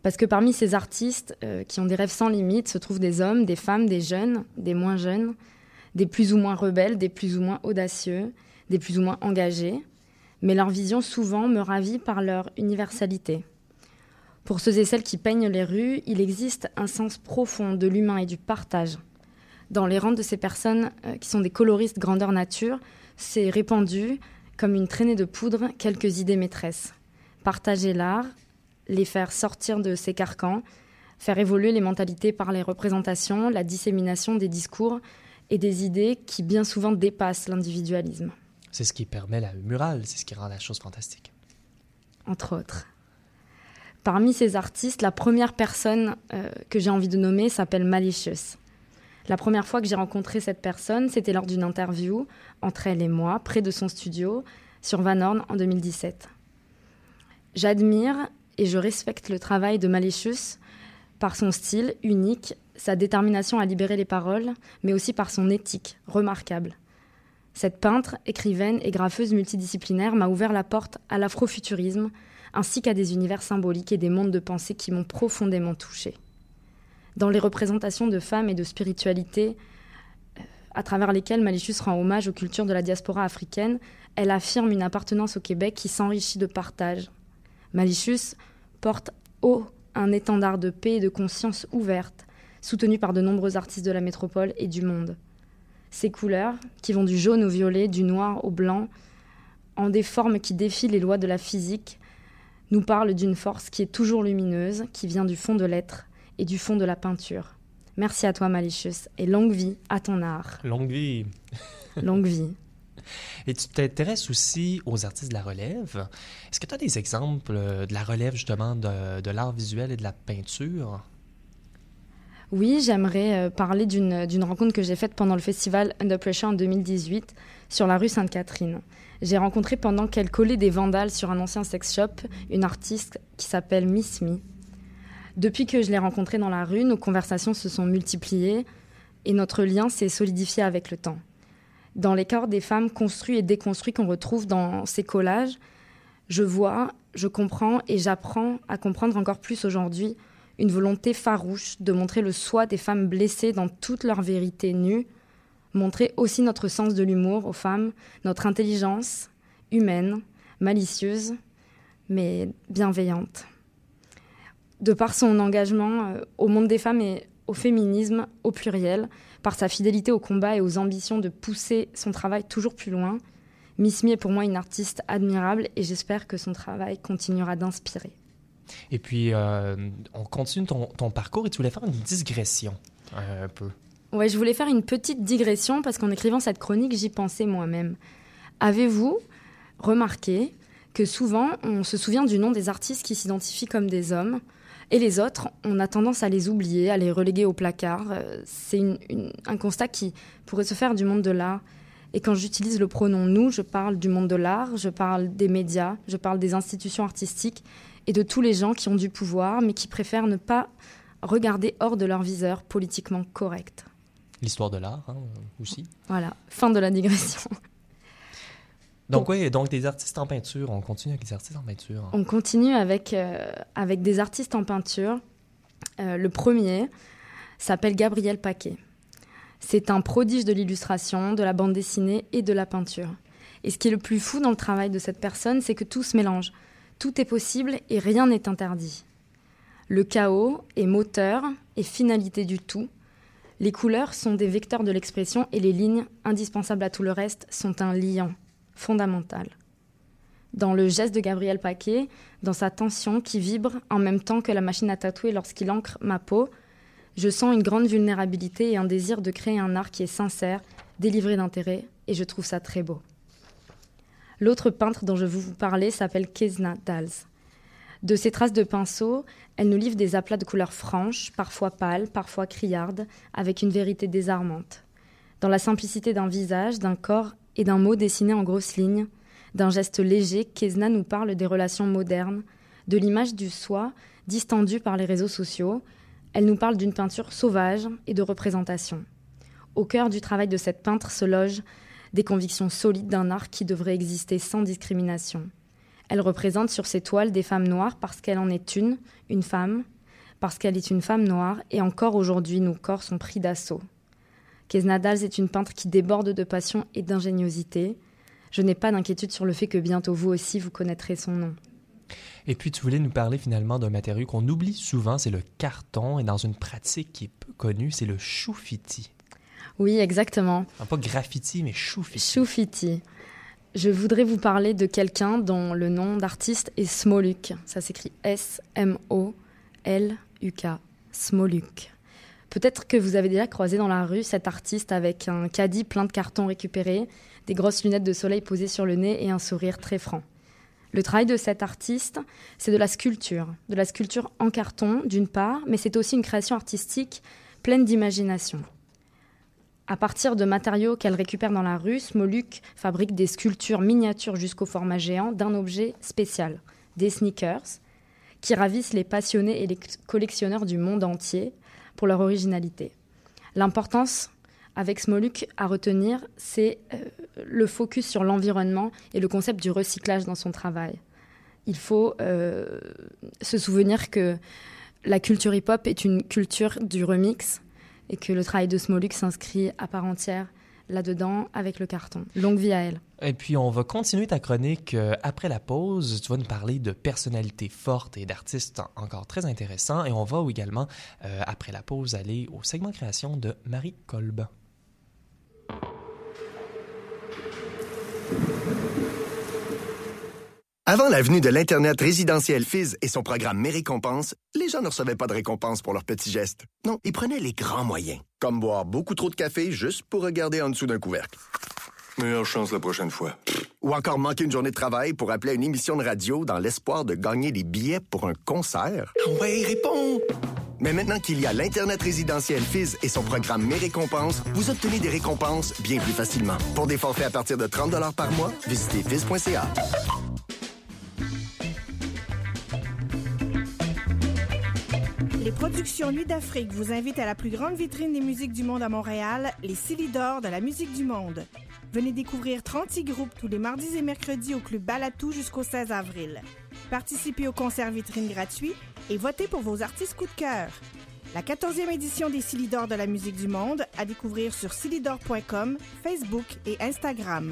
Parce que parmi ces artistes qui ont des rêves sans limite se trouvent des hommes, des femmes, des jeunes, des moins jeunes, des plus ou moins rebelles, des plus ou moins audacieux, des plus ou moins engagés. Mais leur vision souvent me ravit par leur universalité. Pour ceux et celles qui peignent les rues, il existe un sens profond de l'humain et du partage. Dans les rangs de ces personnes qui sont des coloristes grandeur nature, c'est répandu comme une traînée de poudre quelques idées maîtresses. Partager l'art, les faire sortir de ces carcans, faire évoluer les mentalités par les représentations, la dissémination des discours et des idées qui bien souvent dépassent l'individualisme. C'est ce qui permet la murale, c'est ce qui rend la chose fantastique. Entre autres. Parmi ces artistes, la première personne que j'ai envie de nommer s'appelle Malicious. La première fois que j'ai rencontré cette personne, c'était lors d'une interview entre elle et moi, près de son studio, sur Van Horn en 2017. J'admire et je respecte le travail de Malicious par son style unique, sa détermination à libérer les paroles, mais aussi par son éthique remarquable. Cette peintre, écrivaine et graffeuse multidisciplinaire m'a ouvert la porte à l'afrofuturisme, ainsi qu'à des univers symboliques et des mondes de pensée qui m'ont profondément touchée. Dans les représentations de femmes et de spiritualité, à travers lesquelles Malicious rend hommage aux cultures de la diaspora africaine, elle affirme une appartenance au Québec qui s'enrichit de partage. Malicious porte haut un étendard de paix et de conscience ouverte, soutenu par de nombreux artistes de la métropole et du monde. Ces couleurs, qui vont du jaune au violet, du noir au blanc, en des formes qui défient les lois de la physique, nous parlent d'une force qui est toujours lumineuse, qui vient du fond de l'être et du fond de la peinture. Merci à toi, Malicious, et longue vie à ton art. Longue vie. Longue vie. Et tu t'intéresses aussi aux artistes de la relève. Est-ce que tu as des exemples de la relève, justement, de l'art visuel et de la peinture? Oui, j'aimerais parler d'une rencontre que j'ai faite pendant le festival Under Pressure en 2018 sur la rue Sainte-Catherine. J'ai rencontré pendant qu'elle collait des vandales sur un ancien sex shop une artiste qui s'appelle Miss Me. Depuis que je l'ai rencontrée dans la rue, nos conversations se sont multipliées et notre lien s'est solidifié avec le temps. Dans les corps des femmes construits et déconstruits qu'on retrouve dans ces collages, je vois, je comprends et j'apprends à comprendre encore plus aujourd'hui une volonté farouche de montrer le soi des femmes blessées dans toute leur vérité nue, montrer aussi notre sens de l'humour aux femmes, notre intelligence humaine, malicieuse, mais bienveillante. De par son engagement au monde des femmes et au féminisme au pluriel, par sa fidélité au combat et aux ambitions de pousser son travail toujours plus loin, Miss Me est pour moi une artiste admirable et j'espère que son travail continuera d'inspirer. Et puis, on continue ton parcours et tu voulais faire une digression un peu. Ouais, je voulais faire une petite digression parce qu'en écrivant cette chronique, j'y pensais moi-même. Avez-vous remarqué que souvent, on se souvient du nom des artistes qui s'identifient comme des hommes et les autres, on a tendance à les oublier, à les reléguer au placard. C'est un constat qui pourrait se faire du monde de l'art. Et quand j'utilise le pronom « nous », je parle du monde de l'art, je parle des médias, je parle des institutions artistiques et de tous les gens qui ont du pouvoir, mais qui préfèrent ne pas regarder hors de leur viseur politiquement correct. L'histoire de l'art, aussi. Voilà, fin de la digression. Donc oui, donc des artistes en peinture, on continue avec des artistes en peinture. On continue avec des artistes en peinture. Le premier s'appelle Gabriel Paquet. C'est un prodige de l'illustration, de la bande dessinée et de la peinture. Et ce qui est le plus fou dans le travail de cette personne, c'est que tout se mélange. Tout est possible et rien n'est interdit. Le chaos est moteur et finalité du tout. Les couleurs sont des vecteurs de l'expression et les lignes, indispensables à tout le reste, sont un liant fondamental. Dans le geste de Gabriel Paquet, dans sa tension qui vibre en même temps que la machine à tatouer lorsqu'il ancre ma peau, je sens une grande vulnérabilité et un désir de créer un art qui est sincère, délivré d'intérêt, et je trouve ça très beau. L'autre peintre dont je veux vous parler s'appelle Kezna Dals. De ses traces de pinceau, elle nous livre des aplats de couleurs franches, parfois pâles, parfois criardes, avec une vérité désarmante. Dans la simplicité d'un visage, d'un corps et d'un mot dessiné en grosses lignes, d'un geste léger, Kezna nous parle des relations modernes, de l'image du soi distendue par les réseaux sociaux. Elle nous parle d'une peinture sauvage et de représentation. Au cœur du travail de cette peintre se logent des convictions solides d'un art qui devrait exister sans discrimination. Elle représente sur ses toiles des femmes noires parce qu'elle en est une femme, parce qu'elle est une femme noire et encore aujourd'hui nos corps sont pris d'assaut. Kezna Dals est une peintre qui déborde de passion et d'ingéniosité. Je n'ai pas d'inquiétude sur le fait que bientôt vous aussi vous connaîtrez son nom. Et puis, tu voulais nous parler finalement d'un matériau qu'on oublie souvent, c'est le carton, et dans une pratique qui est peu connue, c'est le choufiti. Oui, exactement. Non, pas graffiti, mais choufiti. Choufiti. Je voudrais vous parler de quelqu'un dont le nom d'artiste est Smoluk. Ça s'écrit S-M-O-L-U-K. Smoluk. Peut-être que vous avez déjà croisé dans la rue cet artiste avec un caddie plein de cartons récupérés, des grosses lunettes de soleil posées sur le nez et un sourire très franc. Le travail de cet artiste, c'est de la sculpture en carton d'une part, mais c'est aussi une création artistique pleine d'imagination. À partir de matériaux qu'elle récupère dans la rue, Smoluk fabrique des sculptures miniatures jusqu'au format géant d'un objet spécial, des sneakers, qui ravissent les passionnés et les collectionneurs du monde entier pour leur originalité. L'importance avec Smoluk à retenir, c'est le focus sur l'environnement et le concept du recyclage dans son travail. Il faut se souvenir que la culture hip-hop est une culture du remix et que le travail de Smoluk s'inscrit à part entière là-dedans avec le carton. Longue vie à elle. Et puis, on va continuer ta chronique après la pause. Tu vas nous parler de personnalités fortes et d'artistes encore très intéressants. Et on va également, après la pause, aller au segment création de Marie Kolb. Avant la venue de l'Internet résidentiel Fizz et son programme Mes Récompenses, les gens ne recevaient pas de récompenses pour leurs petits gestes. Non, ils prenaient les grands moyens, comme boire beaucoup trop de café juste pour regarder en dessous d'un couvercle. Meilleure chance la prochaine fois. Ou encore manquer une journée de travail pour appeler à une émission de radio dans l'espoir de gagner des billets pour un concert. Ouais, réponds! Mais maintenant qu'il y a l'Internet résidentiel Fizz et son programme Mes Récompenses, vous obtenez des récompenses bien plus facilement. Pour des forfaits à partir de 30 $ par mois, visitez fizz.ca. Les productions Nuit d'Afrique vous invitent à la plus grande vitrine des musiques du monde à Montréal, les Silidor de la musique du monde. Venez découvrir 36 groupes tous les mardis et mercredis au Club Balatou jusqu'au 16 avril. Participez au concert vitrine gratuit et votez pour vos artistes coup de cœur. La 14e édition des Silidor de la musique du monde à découvrir sur silidor.com, Facebook et Instagram.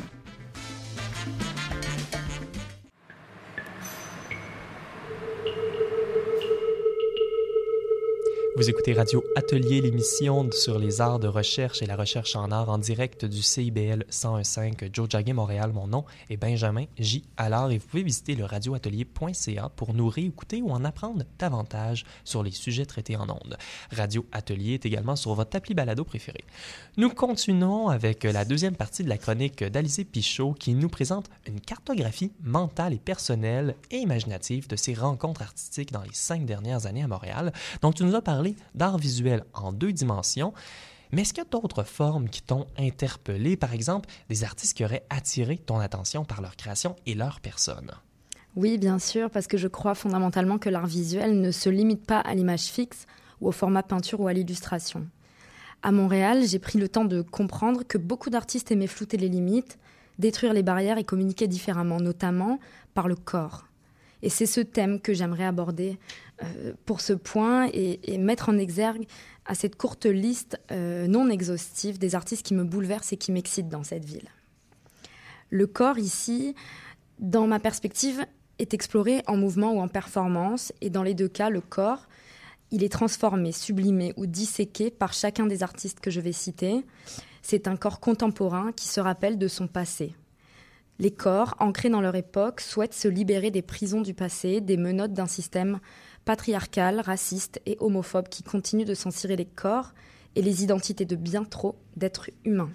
Vous écoutez Radio Atelier, l'émission sur les arts de recherche et la recherche en art en direct du CIBL 101.5 Tiohtià:ke Montréal. Mon nom est Benjamin J. Allard et vous pouvez visiter le radioatelier.ca pour nous réécouter ou en apprendre davantage sur les sujets traités en ondes. Radio Atelier est également sur votre appli balado préféré. Nous continuons avec la deuxième partie de la chronique d'Alizé Pichot qui nous présente une cartographie mentale et personnelle et imaginative de ses rencontres artistiques dans les 5 dernières années à Montréal. Donc, tu nous as parlé d'art visuel en 2 dimensions, mais est-ce qu'il y a d'autres formes qui t'ont interpellé, par exemple des artistes qui auraient attiré ton attention par leur création et leur personne? Oui, bien sûr, parce que je crois fondamentalement que l'art visuel ne se limite pas à l'image fixe ou au format peinture ou à l'illustration. À Montréal, j'ai pris le temps de comprendre que beaucoup d'artistes aimaient flouter les limites, détruire les barrières et communiquer différemment, notamment par le corps. Et c'est ce thème que j'aimerais aborder pour ce point et mettre en exergue à cette courte liste non exhaustive des artistes qui me bouleversent et qui m'excitent dans cette ville. Le corps ici, dans ma perspective, est exploré en mouvement ou en performance et dans les 2 cas, le corps, il est transformé, sublimé ou disséqué par chacun des artistes que je vais citer. C'est un corps contemporain qui se rappelle de son passé. Les corps, ancrés dans leur époque, souhaitent se libérer des prisons du passé, des menottes d'un système patriarcal, raciste et homophobe qui continue de censurer les corps et les identités de bien trop d'êtres humains.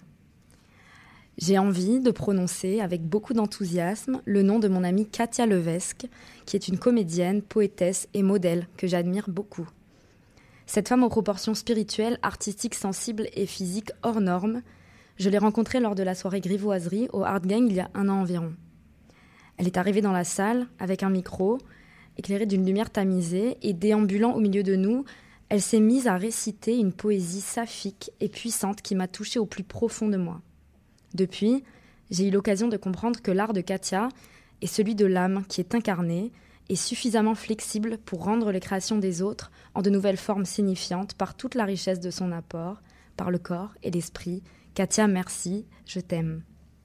J'ai envie de prononcer avec beaucoup d'enthousiasme le nom de mon amie Katia Levesque, qui est une comédienne, poétesse et modèle que j'admire beaucoup. Cette femme aux proportions spirituelles, artistiques, sensibles et physiques hors normes, je l'ai rencontrée lors de la soirée Grivoiserie au Art Gang il y a 1 an environ. Elle est arrivée dans la salle avec un micro, éclairée d'une lumière tamisée, et déambulant au milieu de nous, elle s'est mise à réciter une poésie saphique et puissante qui m'a touchée au plus profond de moi. Depuis, j'ai eu l'occasion de comprendre que l'art de Katia est celui de l'âme qui est incarnée et suffisamment flexible pour rendre les créations des autres en de nouvelles formes signifiantes par toute la richesse de son apport, par le corps et l'esprit. Katia, merci, je t'aime.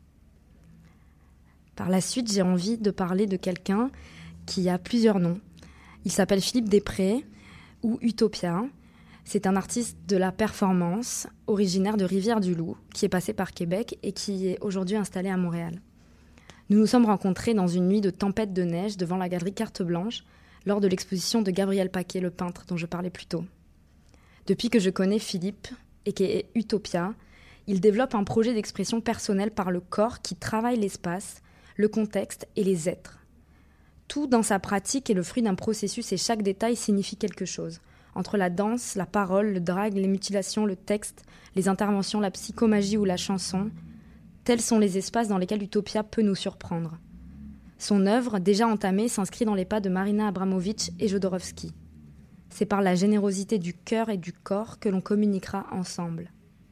Par la suite, j'ai envie de parler de quelqu'un qui a plusieurs noms. Il s'appelle Philippe Després, ou Utopia. C'est un artiste de la performance, originaire de Rivière-du-Loup, qui est passé par Québec et qui est aujourd'hui installé à Montréal. Nous nous sommes rencontrés dans une nuit de tempête de neige devant la galerie Carte Blanche, lors de l'exposition de Gabriel Paquet, le peintre dont je parlais plus tôt. Depuis que je connais Philippe, et qui est Utopia, il développe un projet d'expression personnelle par le corps qui travaille l'espace, le contexte et les êtres. Tout dans sa pratique est le fruit d'un processus et chaque détail signifie quelque chose. Entre la danse, la parole, le drague, les mutilations, le texte, les interventions, la psychomagie ou la chanson, tels sont les espaces dans lesquels Utopia peut nous surprendre. Son œuvre, déjà entamée, s'inscrit dans les pas de Marina Abramović et Jodorowsky. C'est par la générosité du cœur et du corps que l'on communiquera ensemble.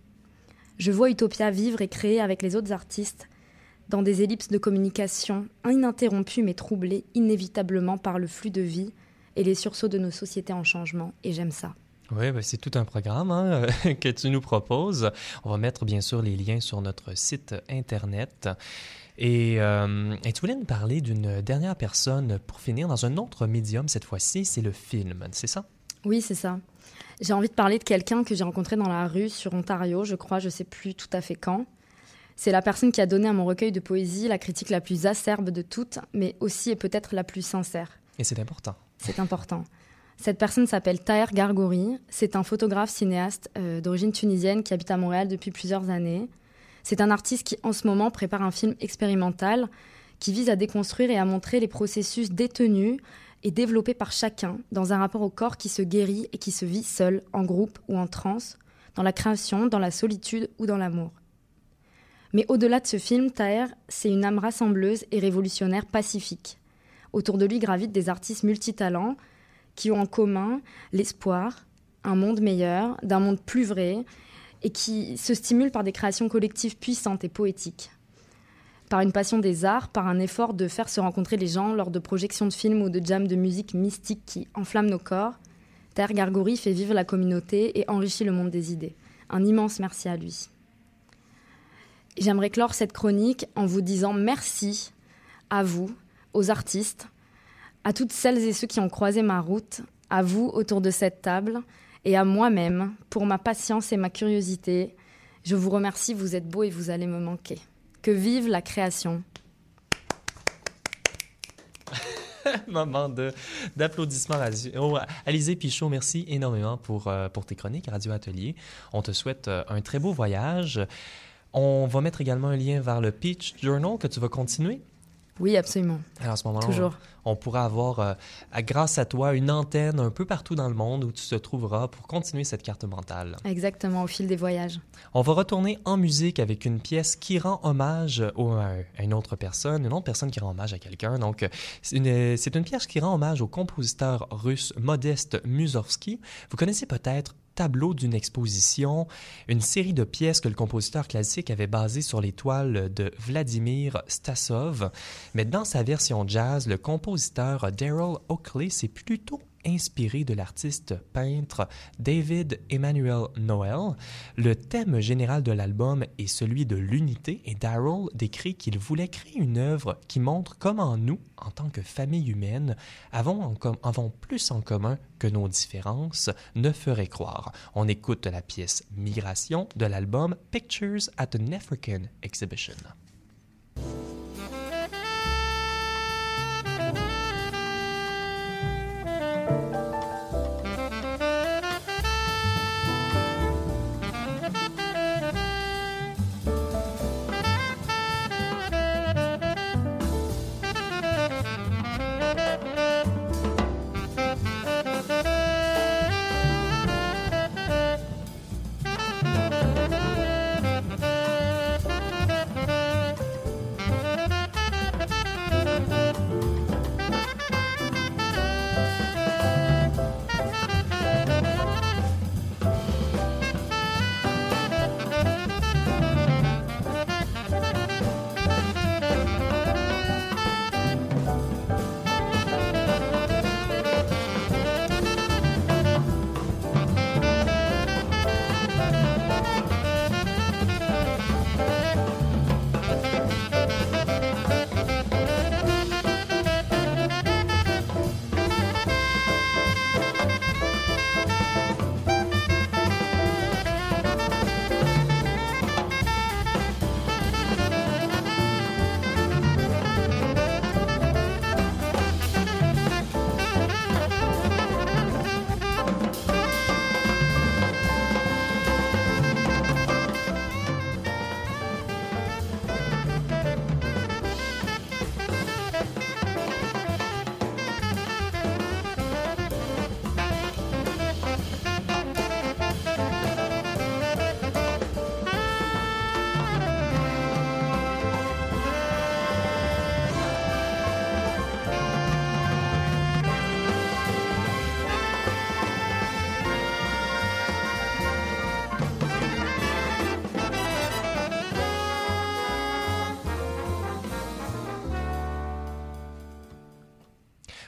Je vois Utopia vivre et créer avec les autres artistes dans des ellipses de communication ininterrompues mais troublées inévitablement par le flux de vie et les sursauts de nos sociétés en changement, et j'aime ça. Oui, ben c'est tout un programme que tu nous proposes. On va mettre bien sûr les liens sur notre site Internet. Et tu voulais nous parler d'une dernière personne pour finir dans un autre médium cette fois-ci, c'est le film, c'est ça? Oui, c'est ça. J'ai envie de parler de quelqu'un que j'ai rencontré dans la rue sur Ontario, je crois, je ne sais plus tout à fait quand. C'est la personne qui a donné à mon recueil de poésie la critique la plus acerbe de toutes, mais aussi et peut-être la plus sincère. Et c'est important. C'est important. Cette personne s'appelle Taher Gargouri. C'est un photographe cinéaste d'origine tunisienne qui habite à Montréal depuis plusieurs années. C'est un artiste qui, en ce moment, prépare un film expérimental qui vise à déconstruire et à montrer les processus détenus et développés par chacun dans un rapport au corps qui se guérit et qui se vit seul, en groupe ou en transe, dans la création, dans la solitude ou dans l'amour. Mais au-delà de ce film, Taher, c'est une âme rassembleuse et révolutionnaire pacifique. Autour de lui gravitent des artistes multitalents qui ont en commun l'espoir, un monde meilleur, d'un monde plus vrai, et qui se stimulent par des créations collectives puissantes et poétiques. Par une passion des arts, par un effort de faire se rencontrer les gens lors de projections de films ou de jams de musique mystique qui enflamment nos corps, Taher Gargouri fait vivre la communauté et enrichit le monde des idées. Un immense merci à lui. J'aimerais clore cette chronique en vous disant merci à vous, aux artistes, à toutes celles et ceux qui ont croisé ma route, à vous autour de cette table et à moi-même pour ma patience et ma curiosité. Je vous remercie, vous êtes beaux et vous allez me manquer. Que vive la création! Moment d'applaudissements. Alizé Pichot, merci énormément pour tes chroniques Radio Atelier. On te souhaite un très beau voyage. On va mettre également un lien vers le Peach Journal que tu vas continuer. Oui, absolument. Alors, à ce moment-là, toujours. On pourra avoir, grâce à toi, une antenne un peu partout dans le monde où tu te trouveras pour continuer cette carte mentale. Exactement, au fil des voyages. On va retourner en musique avec une pièce qui rend hommage à une autre personne qui rend hommage à quelqu'un. Donc, c'est une pièce qui rend hommage au compositeur russe Modeste Mussorgsky. Vous connaissez peut-être Tableau d'une exposition, une série de pièces que le compositeur classique avait basées sur les toiles de Vladimir Stasov. Mais dans sa version jazz, le compositeur Daryl Oakley s'est plutôt inspiré de l'artiste peintre David Emmanuel Noel. Le thème général de l'album est celui de l'unité et Daryl décrit qu'il voulait créer une œuvre qui montre comment nous, en tant que famille humaine, avons plus en commun que nos différences ne feraient croire. On écoute la pièce Migration de l'album Pictures at an African Exhibition.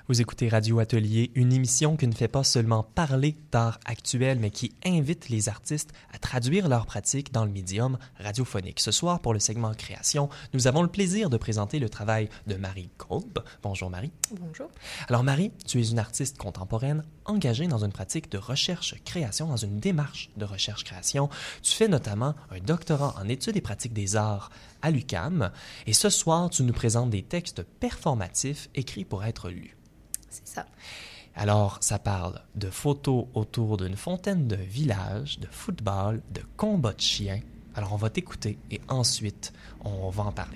Vous écoutez Radio Atelier, une émission qui ne fait pas seulement parler d'art actuel, mais qui invite les artistes à traduire leurs pratiques dans le médium radiophonique. Ce soir, pour le segment création, nous avons le plaisir de présenter le travail de Marie Kolb. Bonjour Marie. Bonjour. Alors Marie, tu es une artiste contemporaine engagée dans une pratique de recherche-création, dans une démarche de recherche-création. Tu fais notamment un doctorat en études et pratiques des arts à l'UQAM. Et ce soir, tu nous présentes des textes performatifs écrits pour être lus. C'est ça. Alors, ça parle de photos autour d'une fontaine de village, de football, de combat de chiens. Alors, on va t'écouter et ensuite, on va en parler.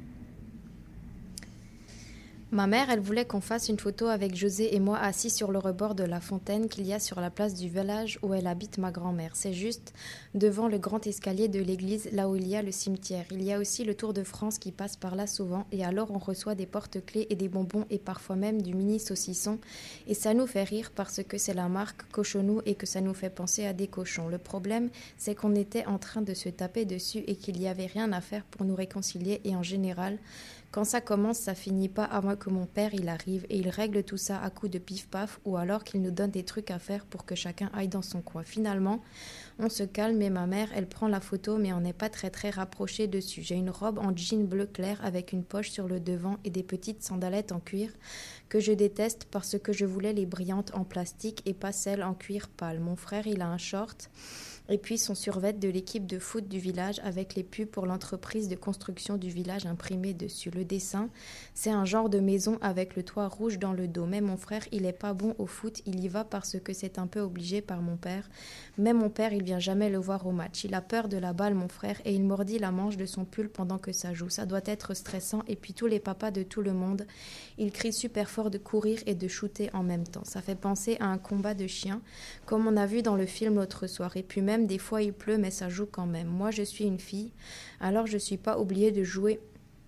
Ma mère, elle voulait qu'on fasse une photo avec José et moi assis sur le rebord de la fontaine qu'il y a sur la place du village où elle habite ma grand-mère. C'est juste devant le grand escalier de l'église, là où il y a le cimetière. Il y a aussi le Tour de France qui passe par là souvent et alors on reçoit des porte-clés et des bonbons et parfois même du mini saucisson. Et ça nous fait rire parce que c'est la marque Cochonou et que ça nous fait penser à des cochons. Le problème, c'est qu'on était en train de se taper dessus et qu'il n'y avait rien à faire pour nous réconcilier et en général, quand ça commence, ça finit pas à moins que mon père il arrive et il règle tout ça à coups de pif-paf ou alors qu'il nous donne des trucs à faire pour que chacun aille dans son coin. Finalement, on se calme et ma mère, elle prend la photo mais on n'est pas très rapprochés dessus. J'ai une robe en jean bleu clair avec une poche sur le devant et des petites sandalettes en cuir que je déteste parce que je voulais les brillantes en plastique et pas celles en cuir pâle. Mon frère, il a un short et puis son survêt de l'équipe de foot du village avec les pubs pour l'entreprise de construction du village imprimés dessus. Le dessin, c'est un genre de maison avec le toit rouge dans le dos. Mais mon frère, il est pas bon au foot, il y va parce que c'est un peu obligé par mon père. Mais mon père, il vient jamais le voir au match. Il a peur de la balle, mon frère, et il mordit la manche de son pull pendant que ça joue. Ça doit être stressant. Et puis tous les papas de tout le monde, ils crient super fort de courir et de shooter en même temps. Ça fait penser à un combat de chiens, comme on a vu dans le film l'autre soir. Et puis même des fois il pleut, mais ça joue quand même. Moi, je suis une fille, alors je suis pas obligée de jouer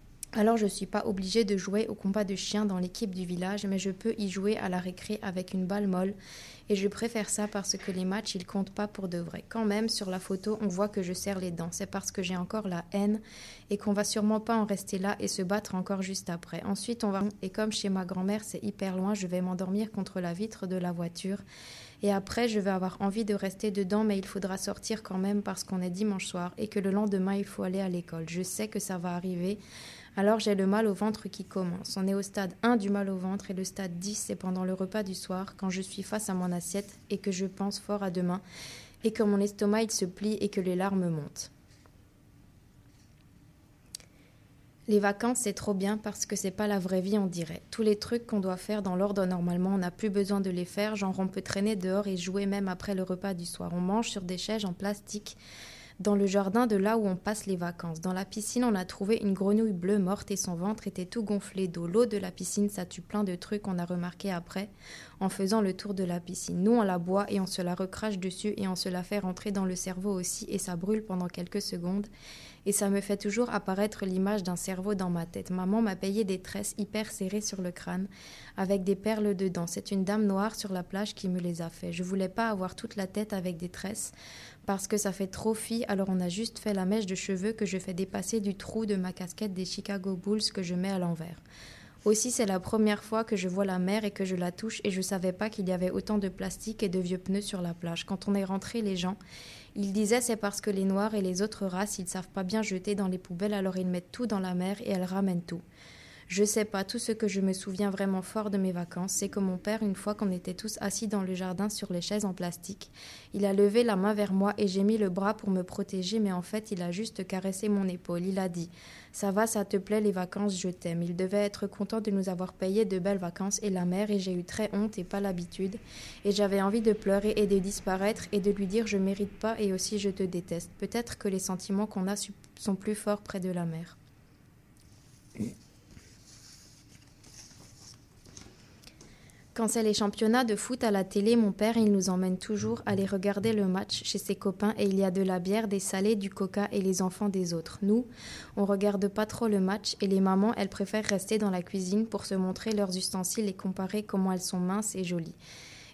au combat de chiens dans l'équipe du village, mais je peux y jouer à la récré avec une balle molle. Et je préfère ça parce que les matchs, ils comptent pas pour de vrai. Quand même, sur la photo, on voit que je serre les dents. C'est parce que j'ai encore la haine et qu'on va sûrement pas en rester là et se battre encore juste après. Ensuite, on va... Et comme chez ma grand-mère, c'est hyper loin, je vais m'endormir contre la vitre de la voiture. Et après, je vais avoir envie de rester dedans, mais il faudra sortir quand même parce qu'on est dimanche soir et que le lendemain, il faut aller à l'école. Je sais que ça va arriver. Alors j'ai le mal au ventre qui commence. On est au stade 1 du mal au ventre et le stade 10, c'est pendant le repas du soir, quand je suis face à mon assiette et que je pense fort à demain et que mon estomac il se plie et que les larmes montent. Les vacances, c'est trop bien parce que c'est pas la vraie vie, on dirait. Tous les trucs qu'on doit faire dans l'ordre normalement, on n'a plus besoin de les faire. Genre, on peut traîner dehors et jouer même après le repas du soir. On mange sur des chaises en plastique dans le jardin de là où on passe les vacances. Dans la piscine, on a trouvé une grenouille bleue morte et son ventre était tout gonflé d'eau. L'eau de la piscine, ça tue plein de trucs qu'on a remarqué après en faisant le tour de la piscine. Nous, on la boit et on se la recrache dessus et on se la fait rentrer dans le cerveau aussi et ça brûle pendant quelques secondes. Et ça me fait toujours apparaître l'image d'un cerveau dans ma tête. Maman m'a payé des tresses hyper serrées sur le crâne avec des perles dedans. C'est une dame noire sur la plage qui me les a fait. Je voulais pas avoir toute la tête avec des tresses parce que ça fait trop fille, alors on a juste fait la mèche de cheveux que je fais dépasser du trou de ma casquette des Chicago Bulls que je mets à l'envers. Aussi, c'est la première fois que je vois la mer et que je la touche et je savais pas qu'il y avait autant de plastique et de vieux pneus sur la plage. Quand on est rentré, les gens, ils disaient c'est parce que les Noirs et les autres races, ils savent pas bien jeter dans les poubelles, alors ils mettent tout dans la mer et elles ramènent tout. Je sais pas, tout ce que je me souviens vraiment fort de mes vacances, c'est que mon père, une fois qu'on était tous assis dans le jardin sur les chaises en plastique, il a levé la main vers moi et j'ai mis le bras pour me protéger, mais en fait, il a juste caressé mon épaule. Il a dit « Ça va, ça te plaît, les vacances, je t'aime ». Il devait être content de nous avoir payé de belles vacances et la mer, et j'ai eu très honte et pas l'habitude. Et j'avais envie de pleurer et de disparaître et de lui dire « Je mérite pas et aussi je te déteste ». Peut-être que les sentiments qu'on a sont plus forts près de la mer. Quand c'est les championnats de foot à la télé, mon père, il nous emmène toujours aller regarder le match chez ses copains et il y a de la bière, des salés, du coca et les enfants des autres. Nous, on regarde pas trop le match et les mamans, elles préfèrent rester dans la cuisine pour se montrer leurs ustensiles et comparer comment elles sont minces et jolies.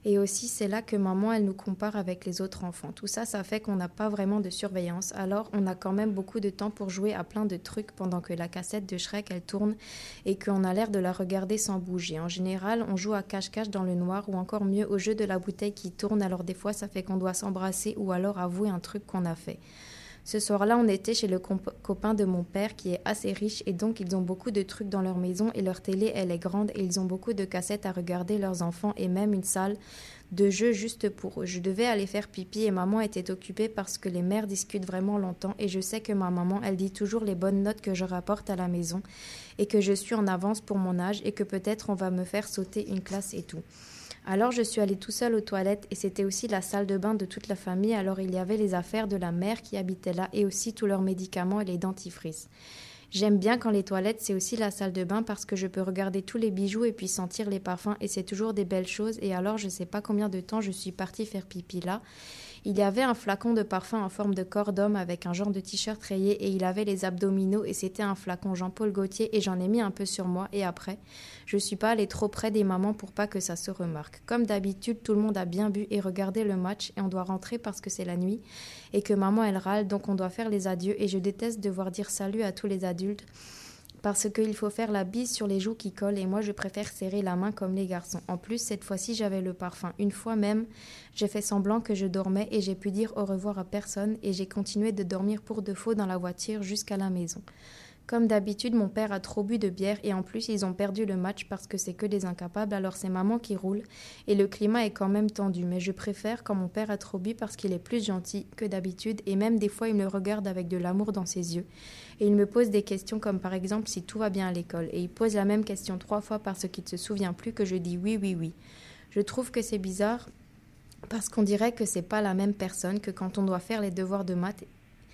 Et aussi, c'est là que maman, elle nous compare avec les autres enfants. Tout ça, ça fait qu'on n'a pas vraiment de surveillance. Alors, on a quand même beaucoup de temps pour jouer à plein de trucs pendant que la cassette de Shrek, elle tourne et qu'on a l'air de la regarder sans bouger. En général, on joue à cache-cache dans le noir ou encore mieux au jeu de la bouteille qui tourne. Alors, des fois, ça fait qu'on doit s'embrasser ou alors avouer un truc qu'on a fait. Ce soir-là, on était chez le copain de mon père qui est assez riche et donc ils ont beaucoup de trucs dans leur maison et leur télé, elle est grande et ils ont beaucoup de cassettes à regarder leurs enfants et même une salle de jeu juste pour eux. Je devais aller faire pipi et maman était occupée parce que les mères discutent vraiment longtemps et je sais que ma maman, elle dit toujours les bonnes notes que je rapporte à la maison et que je suis en avance pour mon âge et que peut-être on va me faire sauter une classe et tout. Alors je suis allée tout seul aux toilettes et c'était aussi la salle de bain de toute la famille. Alors il y avait les affaires de la mère qui habitait là et aussi tous leurs médicaments et les dentifrices. J'aime bien quand les toilettes, c'est aussi la salle de bain parce que je peux regarder tous les bijoux et puis sentir les parfums et c'est toujours des belles choses. Et alors je sais pas combien de temps je suis partie faire pipi là. Il y avait un flacon de parfum en forme de corps d'homme avec un genre de t-shirt rayé et il avait les abdominaux et c'était un flacon Jean-Paul Gaultier et j'en ai mis un peu sur moi et après, je suis pas allée trop près des mamans pour pas que ça se remarque. Comme d'habitude, tout le monde a bien bu et regardé le match et on doit rentrer parce que c'est la nuit et que maman elle râle donc on doit faire les adieux et je déteste devoir dire salut à tous les adultes parce qu'il faut faire la bise sur les joues qui collent et moi je préfère serrer la main comme les garçons. En plus, cette fois-ci, j'avais le parfum. Une fois même, j'ai fait semblant que je dormais et j'ai pu dire au revoir à personne et j'ai continué de dormir pour de faux dans la voiture jusqu'à la maison. Comme d'habitude, mon père a trop bu de bière et en plus, ils ont perdu le match parce que c'est que des incapables, alors c'est maman qui roule et le climat est quand même tendu. Mais je préfère quand mon père a trop bu parce qu'il est plus gentil que d'habitude et même des fois, il me regarde avec de l'amour dans ses yeux. Et il me pose des questions comme par exemple si tout va bien à l'école. Et il pose la même question 3 fois parce qu'il ne se souvient plus que je dis oui, oui, oui. Je trouve que c'est bizarre parce qu'on dirait que c'est pas la même personne que quand on doit faire les devoirs de maths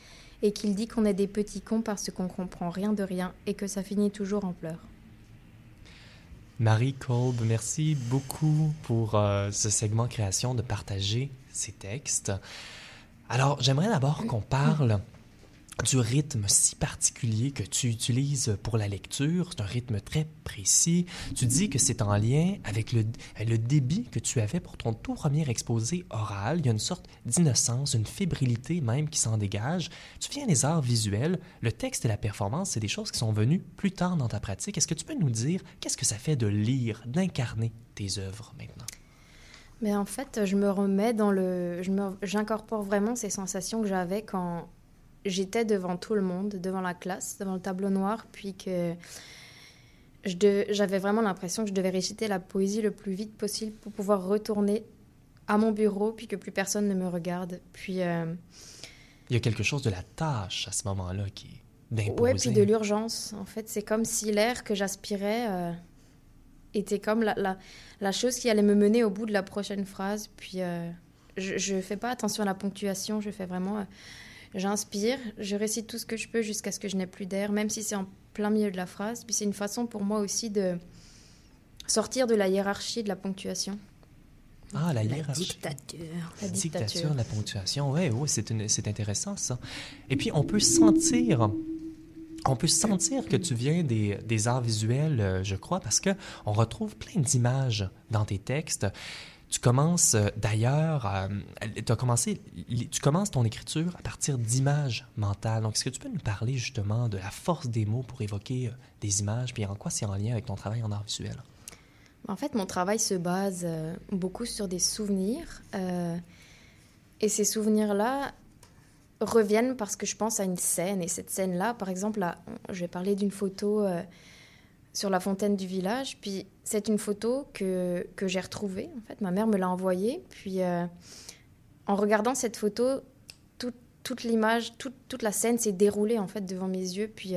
et qu'il dit qu'on est des petits cons parce qu'on comprend rien de rien et que ça finit toujours en pleurs. Marie Kolb, merci beaucoup pour ce segment création de partager ces textes. Alors, j'aimerais d'abord qu'on parle du rythme si particulier que tu utilises pour la lecture. C'est un rythme très précis. Tu dis que c'est en lien avec le débit que tu avais pour ton tout premier exposé oral. Il y a une sorte d'innocence, une fébrilité même qui s'en dégage. Tu viens des arts visuels. Le texte et la performance, c'est des choses qui sont venues plus tard dans ta pratique. Est-ce que tu peux nous dire qu'est-ce que ça fait de lire, d'incarner tes œuvres maintenant? Mais en fait, je me remets dans j'incorpore vraiment ces sensations que j'avais quand j'étais devant tout le monde, devant la classe, devant le tableau noir, puis que j'avais vraiment l'impression que je devais réciter la poésie le plus vite possible pour pouvoir retourner à mon bureau, puis que plus personne ne me regarde. Puis il y a quelque chose de la tâche à ce moment-là qui est d'imposer. Ouais, puis de l'urgence. En fait, c'est comme si l'air que j'aspirais était comme la chose qui allait me mener au bout de la prochaine phrase. Puis je fais pas attention à la ponctuation, je fais vraiment... J'inspire, je récite tout ce que je peux jusqu'à ce que je n'ai plus d'air, même si c'est en plein milieu de la phrase. Puis c'est une façon pour moi aussi de sortir de la hiérarchie de la ponctuation. Ah, la hiérarchie. La dictature de la ponctuation, oui, c'est intéressant ça. Et puis on peut sentir que tu viens des arts visuels, je crois, parce qu'on retrouve plein d'images dans tes textes. Tu commences d'ailleurs, tu commences ton écriture à partir d'images mentales. Donc, est-ce que tu peux nous parler justement de la force des mots pour évoquer des images, puis en quoi c'est en lien avec ton travail en art visuel? En fait, mon travail se base beaucoup sur des souvenirs. Et ces souvenirs-là reviennent parce que je pense à une scène. Et cette scène-là, par exemple, là, je vais parler d'une photo... sur la fontaine du village, puis c'est une photo que j'ai retrouvée, en fait, ma mère me l'a envoyée, puis en regardant cette photo, toute l'image, toute la scène s'est déroulée, en fait, devant mes yeux, puis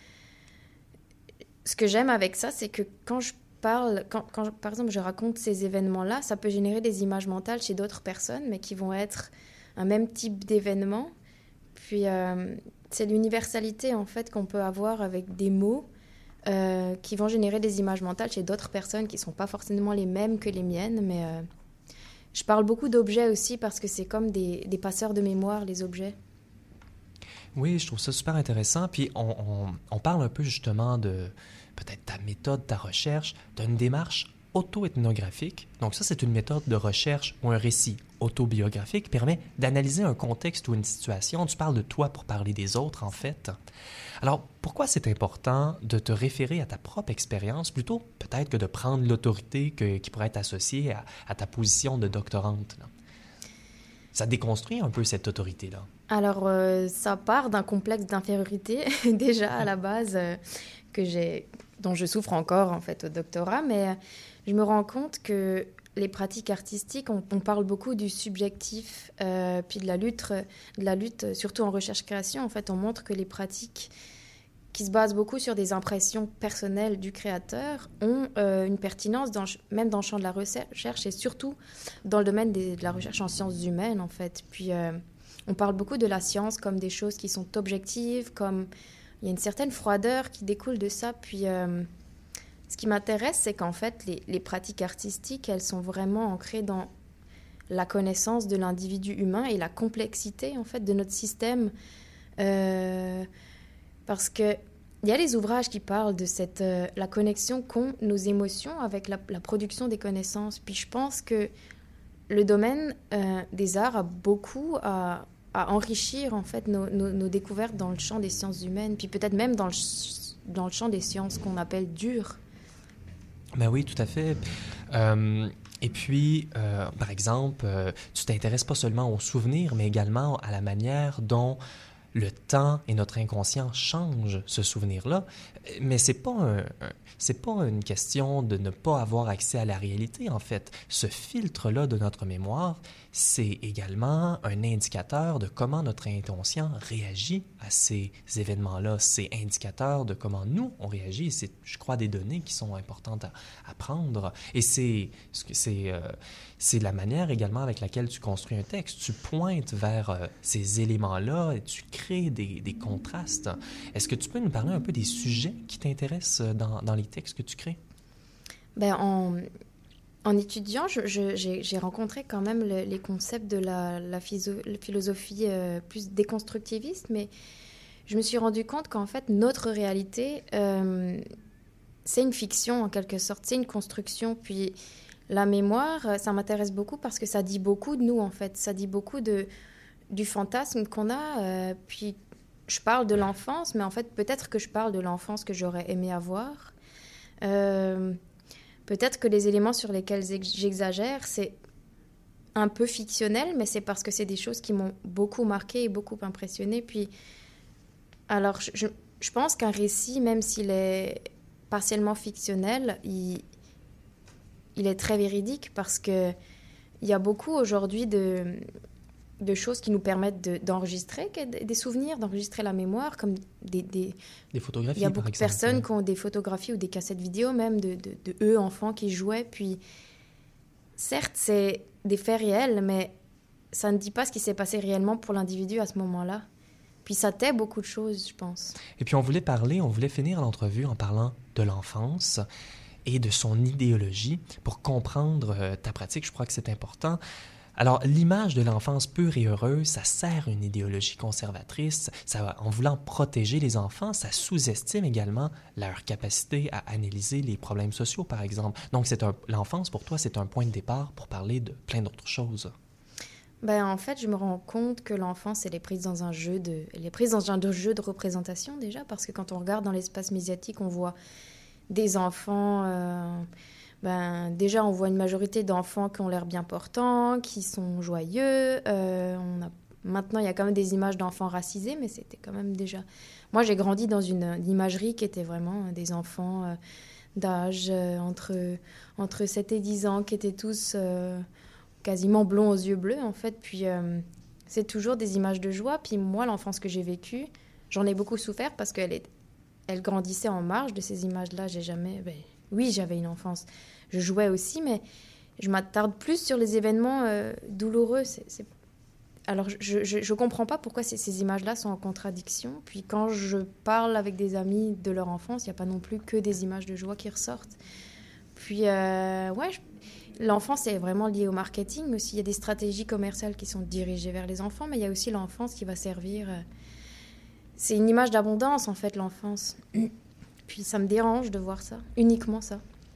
ce que j'aime avec ça, c'est que quand je parle, quand par exemple, je raconte ces événements-là, ça peut générer des images mentales chez d'autres personnes, mais qui vont être un même type d'événement, puis c'est l'universalité, en fait, qu'on peut avoir avec des mots, qui vont générer des images mentales chez d'autres personnes qui ne sont pas forcément les mêmes que les miennes, mais je parle beaucoup d'objets aussi parce que c'est comme des passeurs de mémoire, les objets. Oui, je trouve ça super intéressant. Puis on parle un peu justement de peut-être ta méthode, ta recherche. Tu as une démarche auto-ethnographique. Donc ça, c'est une méthode de recherche ou un récit autobiographique qui permet d'analyser un contexte ou une situation. Tu parles de toi pour parler des autres, en fait. Alors, pourquoi c'est important de te référer à ta propre expérience plutôt peut-être que de prendre l'autorité qui pourrait être associée à ta position de doctorante, là? Ça déconstruit un peu cette autorité-là. Alors, ça part d'un complexe d'infériorité, déjà, à la base, dont je souffre encore, en fait, au doctorat. Mais je me rends compte que les pratiques artistiques, on parle beaucoup du subjectif, puis de la lutte, surtout en recherche-création. En fait, on montre que les pratiques qui se basent beaucoup sur des impressions personnelles du créateur ont une pertinence, même dans le champ de la recherche et surtout dans le domaine de la recherche en sciences humaines, en fait. Puis, on parle beaucoup de la science comme des choses qui sont objectives, comme il y a une certaine froideur qui découle de ça. Puis, ce qui m'intéresse, c'est qu'en fait, les pratiques artistiques, elles sont vraiment ancrées dans la connaissance de l'individu humain et la complexité, en fait, de notre système. Parce qu'il y a les ouvrages qui parlent de la connexion qu'ont nos émotions avec la production des connaissances. Puis je pense que le domaine des arts a beaucoup à enrichir en fait nos découvertes dans le champ des sciences humaines, puis peut-être même dans le champ des sciences qu'on appelle dures. Ben oui, tout à fait. Et puis, par exemple, tu t'intéresses pas seulement aux souvenirs, mais également à la manière dont le temps et notre inconscient changent ce souvenir-là. Mais c'est pas une question de ne pas avoir accès à la réalité, en fait. Ce filtre-là de notre mémoire, c'est également un indicateur de comment notre inconscient réagit à ces événements-là. C'est indicateur de comment nous, on réagit. C'est, je crois, des données qui sont importantes à prendre. Et c'est la manière également avec laquelle tu construis un texte. Tu pointes vers ces éléments-là et tu crées des contrastes. Est-ce que tu peux nous parler un peu des sujets qui t'intéressent dans les textes que tu crées? Ben, en étudiant, j'ai rencontré quand même les concepts de la philosophie plus déconstructiviste, mais je me suis rendu compte qu'en fait, notre réalité, c'est une fiction en quelque sorte, c'est une construction. Puis la mémoire, ça m'intéresse beaucoup parce que ça dit beaucoup de nous, en fait. Ça dit beaucoup du fantasme qu'on a. Puis je parle de l'enfance, mais en fait, peut-être que je parle de l'enfance que j'aurais aimé avoir. Peut-être que les éléments sur lesquels j'exagère, c'est un peu fictionnel, mais c'est parce que c'est des choses qui m'ont beaucoup marqué et beaucoup impressionné. Puis, alors, je pense qu'un récit, même s'il est partiellement fictionnel, il est très véridique parce qu'il y a beaucoup aujourd'hui de choses qui nous permettent d'enregistrer des souvenirs, d'enregistrer la mémoire, comme des photographies, il y a beaucoup par de personnes qui ont des photographies ou des cassettes vidéo même de eux, enfants, qui jouaient. Puis, certes, c'est des faits réels, mais ça ne dit pas ce qui s'est passé réellement pour l'individu à ce moment-là. Puis ça tait beaucoup de choses, je pense. Et puis on voulait finir l'entrevue en parlant de l'enfance et de son idéologie pour comprendre ta pratique. Je crois que c'est important. Alors, l'image de l'enfance pure et heureuse, ça sert une idéologie conservatrice. En voulant protéger les enfants, ça sous-estime également leur capacité à analyser les problèmes sociaux, par exemple. Donc, l'enfance, pour toi, c'est un point de départ pour parler de plein d'autres choses. Ben, en fait, je me rends compte que l'enfance, elle est prise dans un jeu de représentation, déjà, parce que quand on regarde dans l'espace médiatique, on voit des enfants... déjà, on voit une majorité d'enfants qui ont l'air bien portants, qui sont joyeux. Maintenant, il y a quand même des images d'enfants racisés, mais c'était quand même déjà... Moi, j'ai grandi dans une imagerie qui était vraiment des enfants d'âge entre 7 et 10 ans, qui étaient tous quasiment blonds aux yeux bleus, en fait. Puis, c'est toujours des images de joie. Puis moi, l'enfance que j'ai vécue, j'en ai beaucoup souffert parce qu'elle grandissait en marge de ces images-là. Oui, j'avais une enfance. Je jouais aussi, mais je m'attarde plus sur les événements douloureux. Alors, je comprends pas pourquoi ces images-là sont en contradiction. Puis quand je parle avec des amis de leur enfance, il n'y a pas non plus que des images de joie qui ressortent. Puis, l'enfance est vraiment liée au marketing aussi. Il y a des stratégies commerciales qui sont dirigées vers les enfants, mais il y a aussi l'enfance qui va servir... C'est une image d'abondance, en fait, l'enfance. Puis ça me dérange de voir ça, uniquement ça.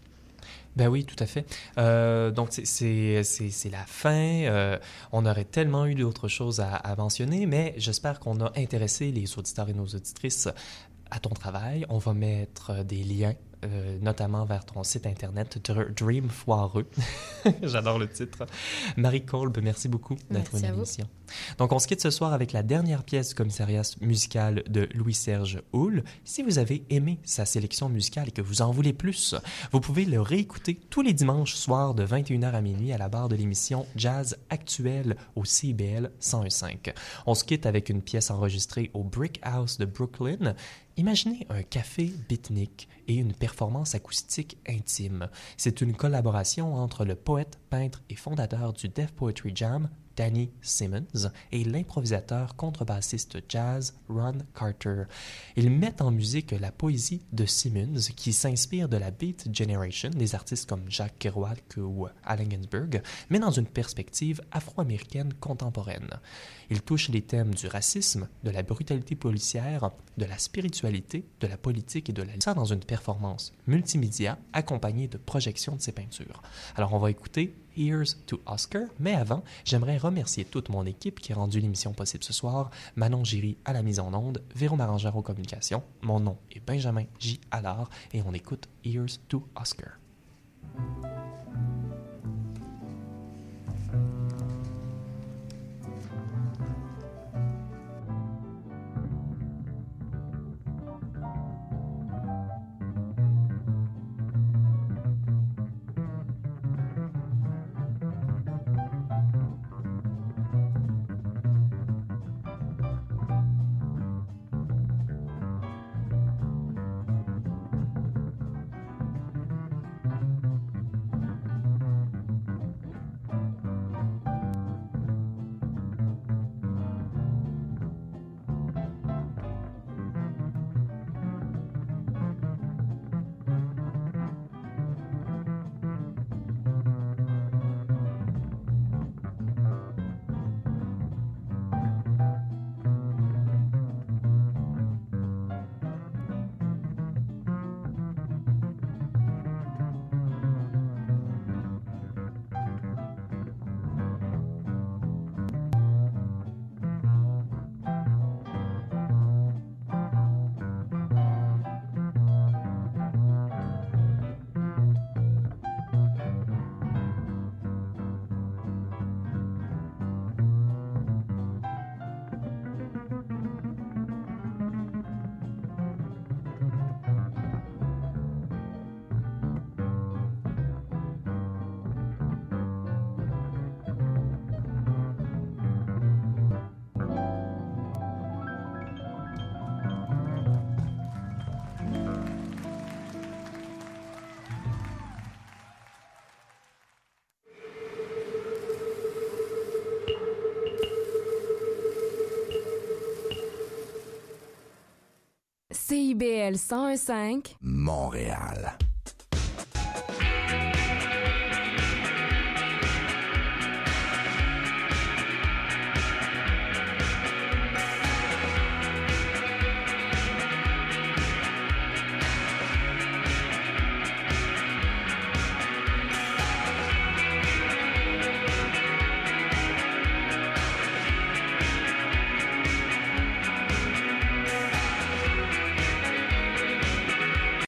Ben oui, tout à fait. Donc, c'est la fin. On aurait tellement eu d'autres choses à mentionner, mais j'espère qu'on a intéressé les auditeurs et nos auditrices à ton travail. On va mettre des liens, notamment vers ton site internet Dream Foireux. J'adore le titre. Marie Kolb, merci beaucoup d'être venue à l'émission. Donc, on se quitte ce soir avec la dernière pièce du commissariat musical de Louis-Serge Houle. Si vous avez aimé sa sélection musicale et que vous en voulez plus, vous pouvez le réécouter tous les dimanches soirs de 21h à minuit à la barre de l'émission Jazz Actuel au CIBL 101.5. On se quitte avec une pièce enregistrée au Brick House de Brooklyn. Imaginez un café beatnik et une performance acoustique intime. C'est une collaboration entre le poète, peintre et fondateur du Def Poetry Jam, Danny Simmons, et l'improvisateur contrebassiste jazz Ron Carter. Ils mettent en musique la poésie de Simmons qui s'inspire de la Beat Generation, des artistes comme Jacques Kerouac ou Allen Ginsberg, mais dans une perspective afro-américaine contemporaine. Ils touchent les thèmes du racisme, de la brutalité policière, de la spiritualité, de la politique et de la... Ça dans une performance multimédia accompagnée de projections de ces peintures. Alors on va écouter Here's to Oscar, mais avant, j'aimerais remercier toute mon équipe qui a rendu l'émission possible ce soir. Manon Giry à la mise en onde, Véro Marangère aux communications. Mon nom est Benjamin J. Allard et on écoute Here's to Oscar. CIBL 101.5 Montréal.